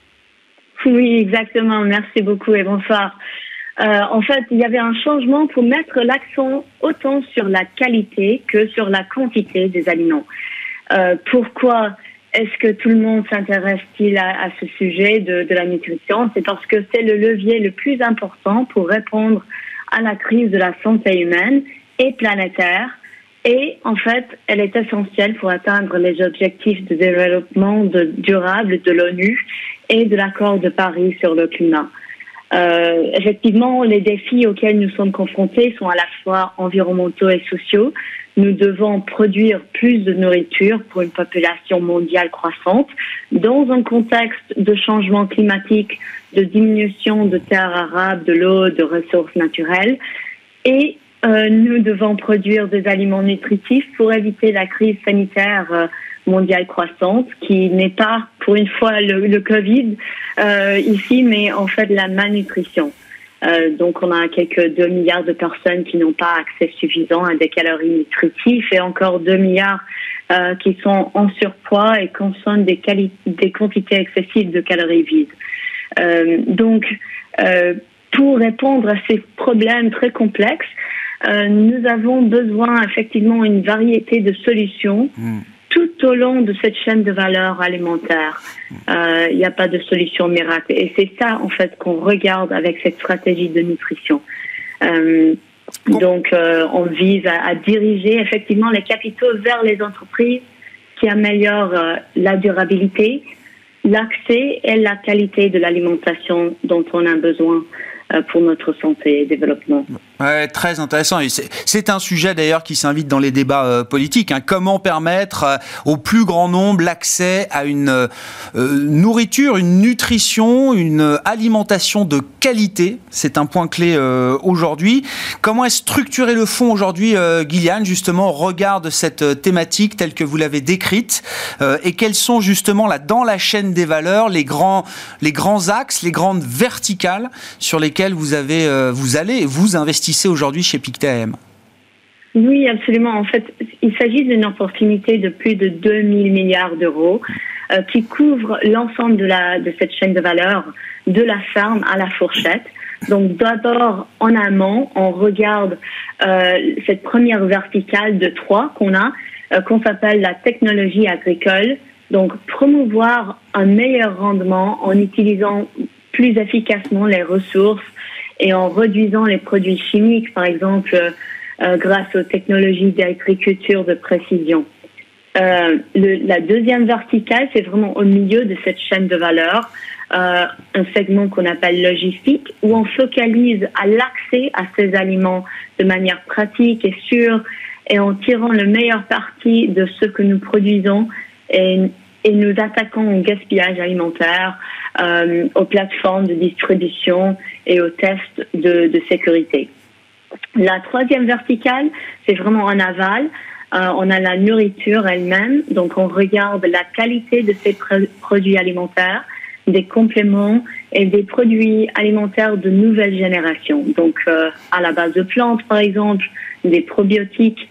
Oui, exactement. Merci beaucoup et bonsoir. Euh, en fait, il y avait un changement pour mettre l'accent autant sur la qualité que sur la quantité des aliments. Euh, pourquoi est-ce que tout le monde s'intéresse-t-il à, à ce sujet de, de la nutrition? C'est parce que c'est le levier le plus important pour répondre à la crise de la santé humaine et planétaire. Et en fait, elle est essentielle pour atteindre les objectifs de développement de, durable de l'ONU et de l'accord de Paris sur le climat. Euh, effectivement, les défis auxquels nous sommes confrontés sont à la fois environnementaux et sociaux. Nous devons produire plus de nourriture pour une population mondiale croissante dans un contexte de changement climatique, de diminution de terres arables, de l'eau, de ressources naturelles. Et euh, nous devons produire des aliments nutritifs pour éviter la crise sanitaire euh, mondiale croissante, qui n'est pas, pour une fois, le, le Covid euh, ici, mais en fait la malnutrition. Euh, donc, on a quelques deux milliards de personnes qui n'ont pas accès suffisant à des calories nutritives et encore deux milliards euh, qui sont en surpoids et consomment des, quali- des quantités excessives de calories vides. Euh, donc, euh, pour répondre à ces problèmes très complexes, euh, nous avons besoin effectivement d'une variété de solutions mmh. tout au long de cette chaîne de valeur alimentaire. Il euh, n'y a pas de solution miracle. Et c'est ça, en fait, qu'on regarde avec cette stratégie de nutrition. Euh, donc, euh, on vise à, à diriger effectivement les capitaux vers les entreprises qui améliorent euh, la durabilité, l'accès et la qualité de l'alimentation dont on a besoin euh, pour notre santé et développement. Ouais, très intéressant. Et c'est, c'est un sujet d'ailleurs qui s'invite dans les débats euh, politiques. Hein. Comment permettre euh, au plus grand nombre l'accès à une euh, nourriture, une nutrition, une alimentation de qualité. C'est un point clé euh, aujourd'hui. Comment est structuré le fonds aujourd'hui, euh, Gillian, justement, au regard de cette thématique telle que vous l'avez décrite, euh, et quels sont justement là dans la chaîne des valeurs les grands, les grands axes, les grandes verticales sur lesquelles vous avez, euh, vous allez, vous investissez aujourd'hui chez Pictet A M? Oui, absolument. En fait, il s'agit d'une opportunité de plus de deux mille milliards d'euros euh, qui couvre l'ensemble de, la, de cette chaîne de valeur, de la ferme à la fourchette. Donc d'abord, en amont, on regarde euh, cette première verticale de trois qu'on a, euh, qu'on s'appelle la technologie agricole. Donc promouvoir un meilleur rendement en utilisant plus efficacement les ressources et en réduisant les produits chimiques, par exemple, euh, grâce aux technologies d'agriculture de précision. Euh, le, la deuxième verticale, c'est vraiment au milieu de cette chaîne de valeur, euh, un segment qu'on appelle logistique, où on focalise à l'accès à ces aliments de manière pratique et sûre, et en tirant le meilleur parti de ce que nous produisons, et, et nous attaquons au gaspillage alimentaire, euh, aux plateformes de distribution et aux tests de, de sécurité. La troisième verticale, c'est vraiment en aval. Euh, on a la nourriture elle-même, donc on regarde la qualité de ces pr- produits alimentaires, des compléments et des produits alimentaires de nouvelle génération. Donc euh, à la base de plantes, par exemple, des probiotiques,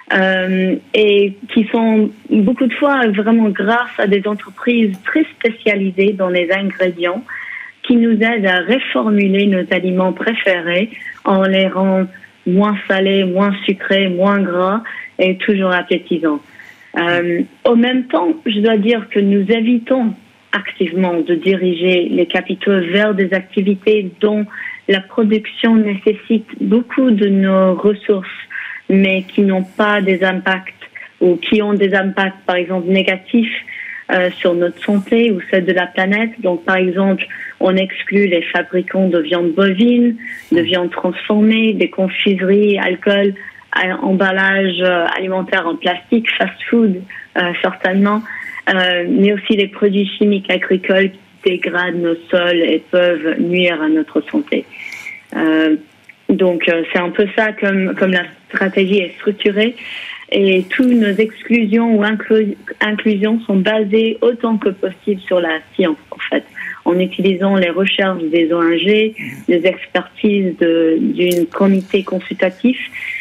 Euh, et qui sont beaucoup de fois vraiment grâce à des entreprises très spécialisées dans les ingrédients qui nous aident à reformuler nos aliments préférés en les rendant moins salés, moins sucrés, moins gras et toujours appétissants. Euh, au même temps, je dois dire que nous évitons activement de diriger les capitaux vers des activités dont la production nécessite beaucoup de nos ressources, mais qui n'ont pas des impacts ou qui ont des impacts, par exemple, négatifs euh, sur notre santé ou celle de la planète. Donc, par exemple, on exclut les fabricants de viande bovine, de viande transformée, des confiseries, alcool, emballage euh, alimentaire en plastique, fast-food, euh, certainement, euh, mais aussi les produits chimiques agricoles qui dégradent nos sols et peuvent nuire à notre santé. Euh, Donc, euh, c'est un peu ça comme, comme la stratégie est structurée. Et toutes nos exclusions ou inclus, inclusions sont basées autant que possible sur la science, en fait, en utilisant les recherches des O N G, les expertises de, d'un comité consultatif,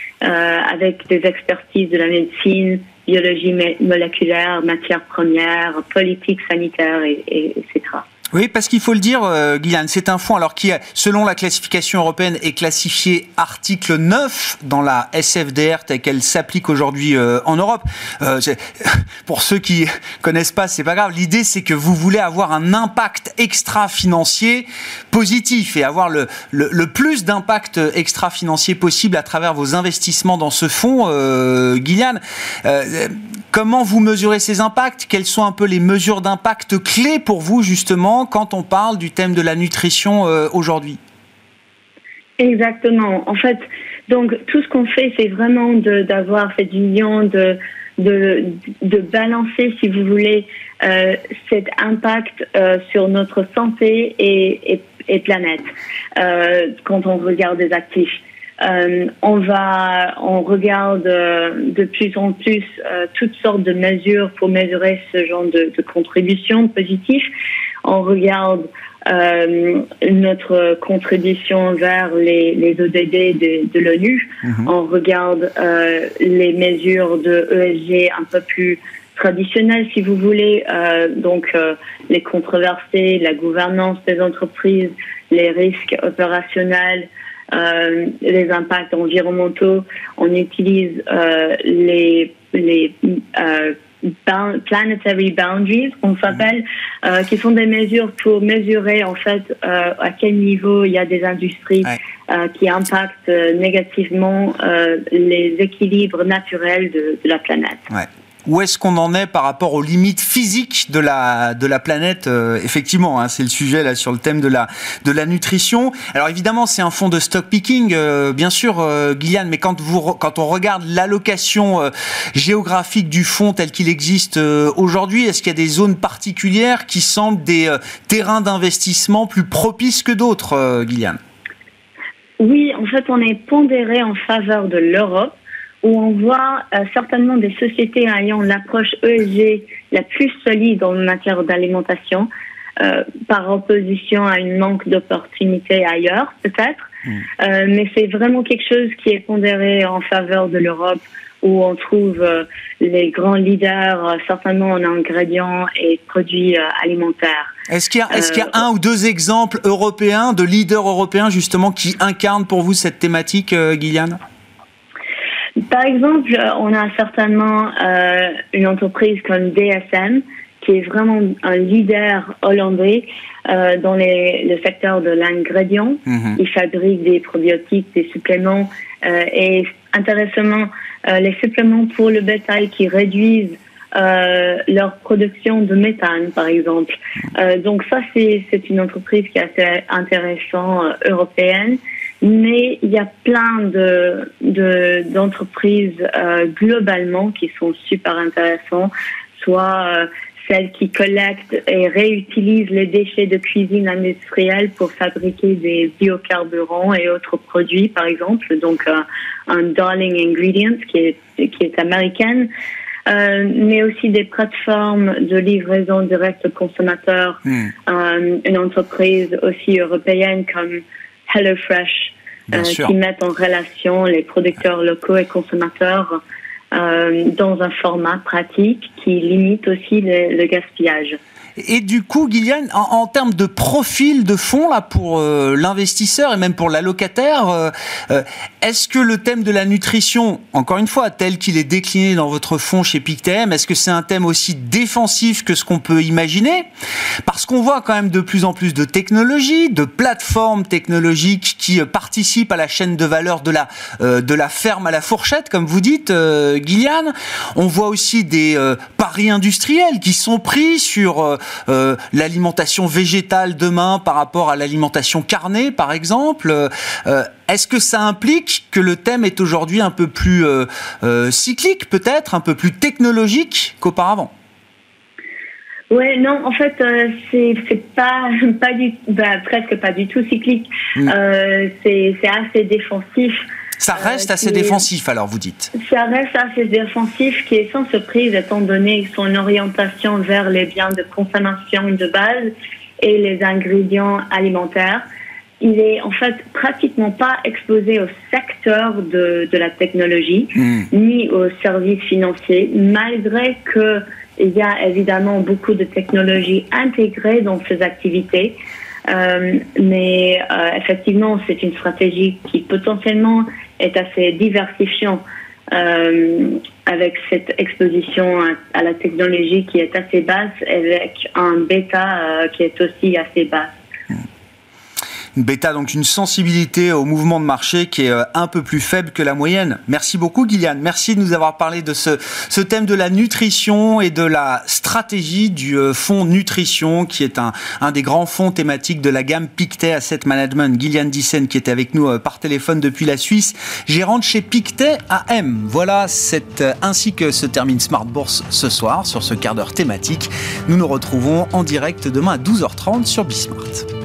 euh, avec des expertises de la médecine, biologie moléculaire, matières premières, politique sanitaire, et, et, et cetera. Oui, parce qu'il faut le dire, euh, Gillian, c'est un fonds alors qui, selon la classification européenne, est classifié article neuf dans la S F D R telle qu'elle s'applique aujourd'hui euh, en Europe. Euh, pour ceux qui connaissent pas, c'est pas grave. L'idée, c'est que vous voulez avoir un impact extra-financier positif et avoir le, le, le plus d'impact extra-financier possible à travers vos investissements dans ce fonds, euh, Gillian. Euh, comment vous mesurez ces impacts? Quelles sont un peu les mesures d'impact clés pour vous, justement, quand on parle du thème de la nutrition euh, aujourd'hui? Exactement. En fait, donc tout ce qu'on fait, c'est vraiment de, d'avoir cette vision de, de, de balancer, si vous voulez, euh, cet impact euh, sur notre santé et, et, et planète euh, quand on regarde des actifs. Euh, on va, on regarde euh, de plus en plus euh, toutes sortes de mesures pour mesurer ce genre de, de contribution positive. On regarde euh, notre contribution vers les, les O D D de, de l'ONU. Mm-hmm. On regarde euh, les mesures de E S G un peu plus traditionnelles, si vous voulez. Euh, donc, euh, les controversés, la gouvernance des entreprises, les risques opérationnels, euh, les impacts environnementaux. On utilise euh, les, les euh, planetary boundaries, qu'on s'appelle, euh, qui sont des mesures pour mesurer en fait euh, à quel niveau il y a des industries ouais. euh, qui impactent euh, négativement euh, les équilibres naturels de, de la planète. Ouais. Où est-ce qu'on en est par rapport aux limites physiques de la, de la planète euh, Effectivement, hein, c'est le sujet là sur le thème de la, de la nutrition. Alors évidemment, c'est un fonds de stock picking, euh, bien sûr, euh, Gillian, mais quand, vous, quand on regarde l'allocation euh, géographique du fonds tel qu'il existe euh, aujourd'hui, est-ce qu'il y a des zones particulières qui semblent des euh, terrains d'investissement plus propices que d'autres, euh, Gillian ? Oui, en fait, on est pondéré en faveur de l'Europe, où on voit euh, certainement des sociétés ayant l'approche E S G la plus solide en matière d'alimentation, euh, par opposition à une manque d'opportunités ailleurs, peut-être. Mmh. Euh, mais c'est vraiment quelque chose qui est pondéré en faveur de l'Europe, où on trouve euh, les grands leaders, euh, certainement en ingrédients et produits euh, alimentaires. Est-ce qu'il y a, est-ce qu'il y a un ou deux exemples européens, de leaders européens, justement, qui incarnent pour vous cette thématique, euh, Gillian ? Par exemple, on a certainement euh, une entreprise comme D S M qui est vraiment un leader hollandais euh, dans les, le secteur de l'ingrédient. Mm-hmm. Ils fabriquent des probiotiques, des suppléments euh, et intéressamment, euh, les suppléments pour le bétail qui réduisent euh, leur production de méthane, par exemple. Euh, donc ça, c'est, c'est une entreprise qui est assez intéressante, euh, européenne. Mais il y a plein de, de d'entreprises euh, globalement qui sont super intéressantes, soit euh, celles qui collectent et réutilisent les déchets de cuisine industrielle pour fabriquer des biocarburants et autres produits, par exemple. Donc euh, un Darling Ingredients qui est qui est américaine, euh, mais aussi des plateformes de livraison directe aux consommateurs. Mmh. Euh, une entreprise aussi européenne comme HelloFresh, euh, qui mettent en relation les producteurs locaux et consommateurs euh, dans un format pratique qui limite aussi le, le gaspillage. Et du coup, Gillian, en, en termes de profil de fonds là pour euh, l'investisseur et même pour l'allocataire, euh, euh, est-ce que le thème de la nutrition, encore une fois, tel qu'il est décliné dans votre fonds chez Pictet, est-ce que c'est un thème aussi défensif que ce qu'on peut imaginer ? Parce qu'on voit quand même de plus en plus de technologies, de plateformes technologiques qui euh, participent à la chaîne de valeur de la euh, de la ferme à la fourchette, comme vous dites, euh, Gillian. On voit aussi des euh, paris industriels qui sont pris sur euh, Euh, l'alimentation végétale demain par rapport à l'alimentation carnée, par exemple. Euh, est-ce que ça implique que le thème est aujourd'hui un peu plus euh, euh, cyclique, peut-être, un peu plus technologique qu'auparavant ? Ouais, non, en fait, euh, c'est c'est pas pas du bah, presque pas du tout cyclique. Mmh. Euh, c'est c'est assez défensif. Ça reste euh, assez défensif, alors, vous dites. Ça reste assez défensif, qui est sans surprise, étant donné son orientation vers les biens de consommation de base et les ingrédients alimentaires. Il est en fait pratiquement pas exposé au secteur de, de la technologie, mmh. ni aux services financiers, malgré que il y a évidemment beaucoup de technologies intégrées dans ces activités. Euh, mais euh, effectivement, c'est une stratégie qui potentiellement est assez diversifiante euh, avec cette exposition à, à la technologie qui est assez basse, avec un bêta euh, qui est aussi assez basse. Une bêta, donc une sensibilité au mouvement de marché qui est un peu plus faible que la moyenne. Merci beaucoup, Gillian. Merci de nous avoir parlé de ce, ce thème de la nutrition et de la stratégie du fonds nutrition, qui est un, un des grands fonds thématiques de la gamme Pictet Asset Management. Gillian Dissen, qui était avec nous par téléphone depuis la Suisse, gérante chez Pictet A M. Voilà, c'est ainsi que se termine Smart Bourse ce soir, sur ce quart d'heure thématique. Nous nous retrouvons en direct demain à douze heures trente sur Bismart.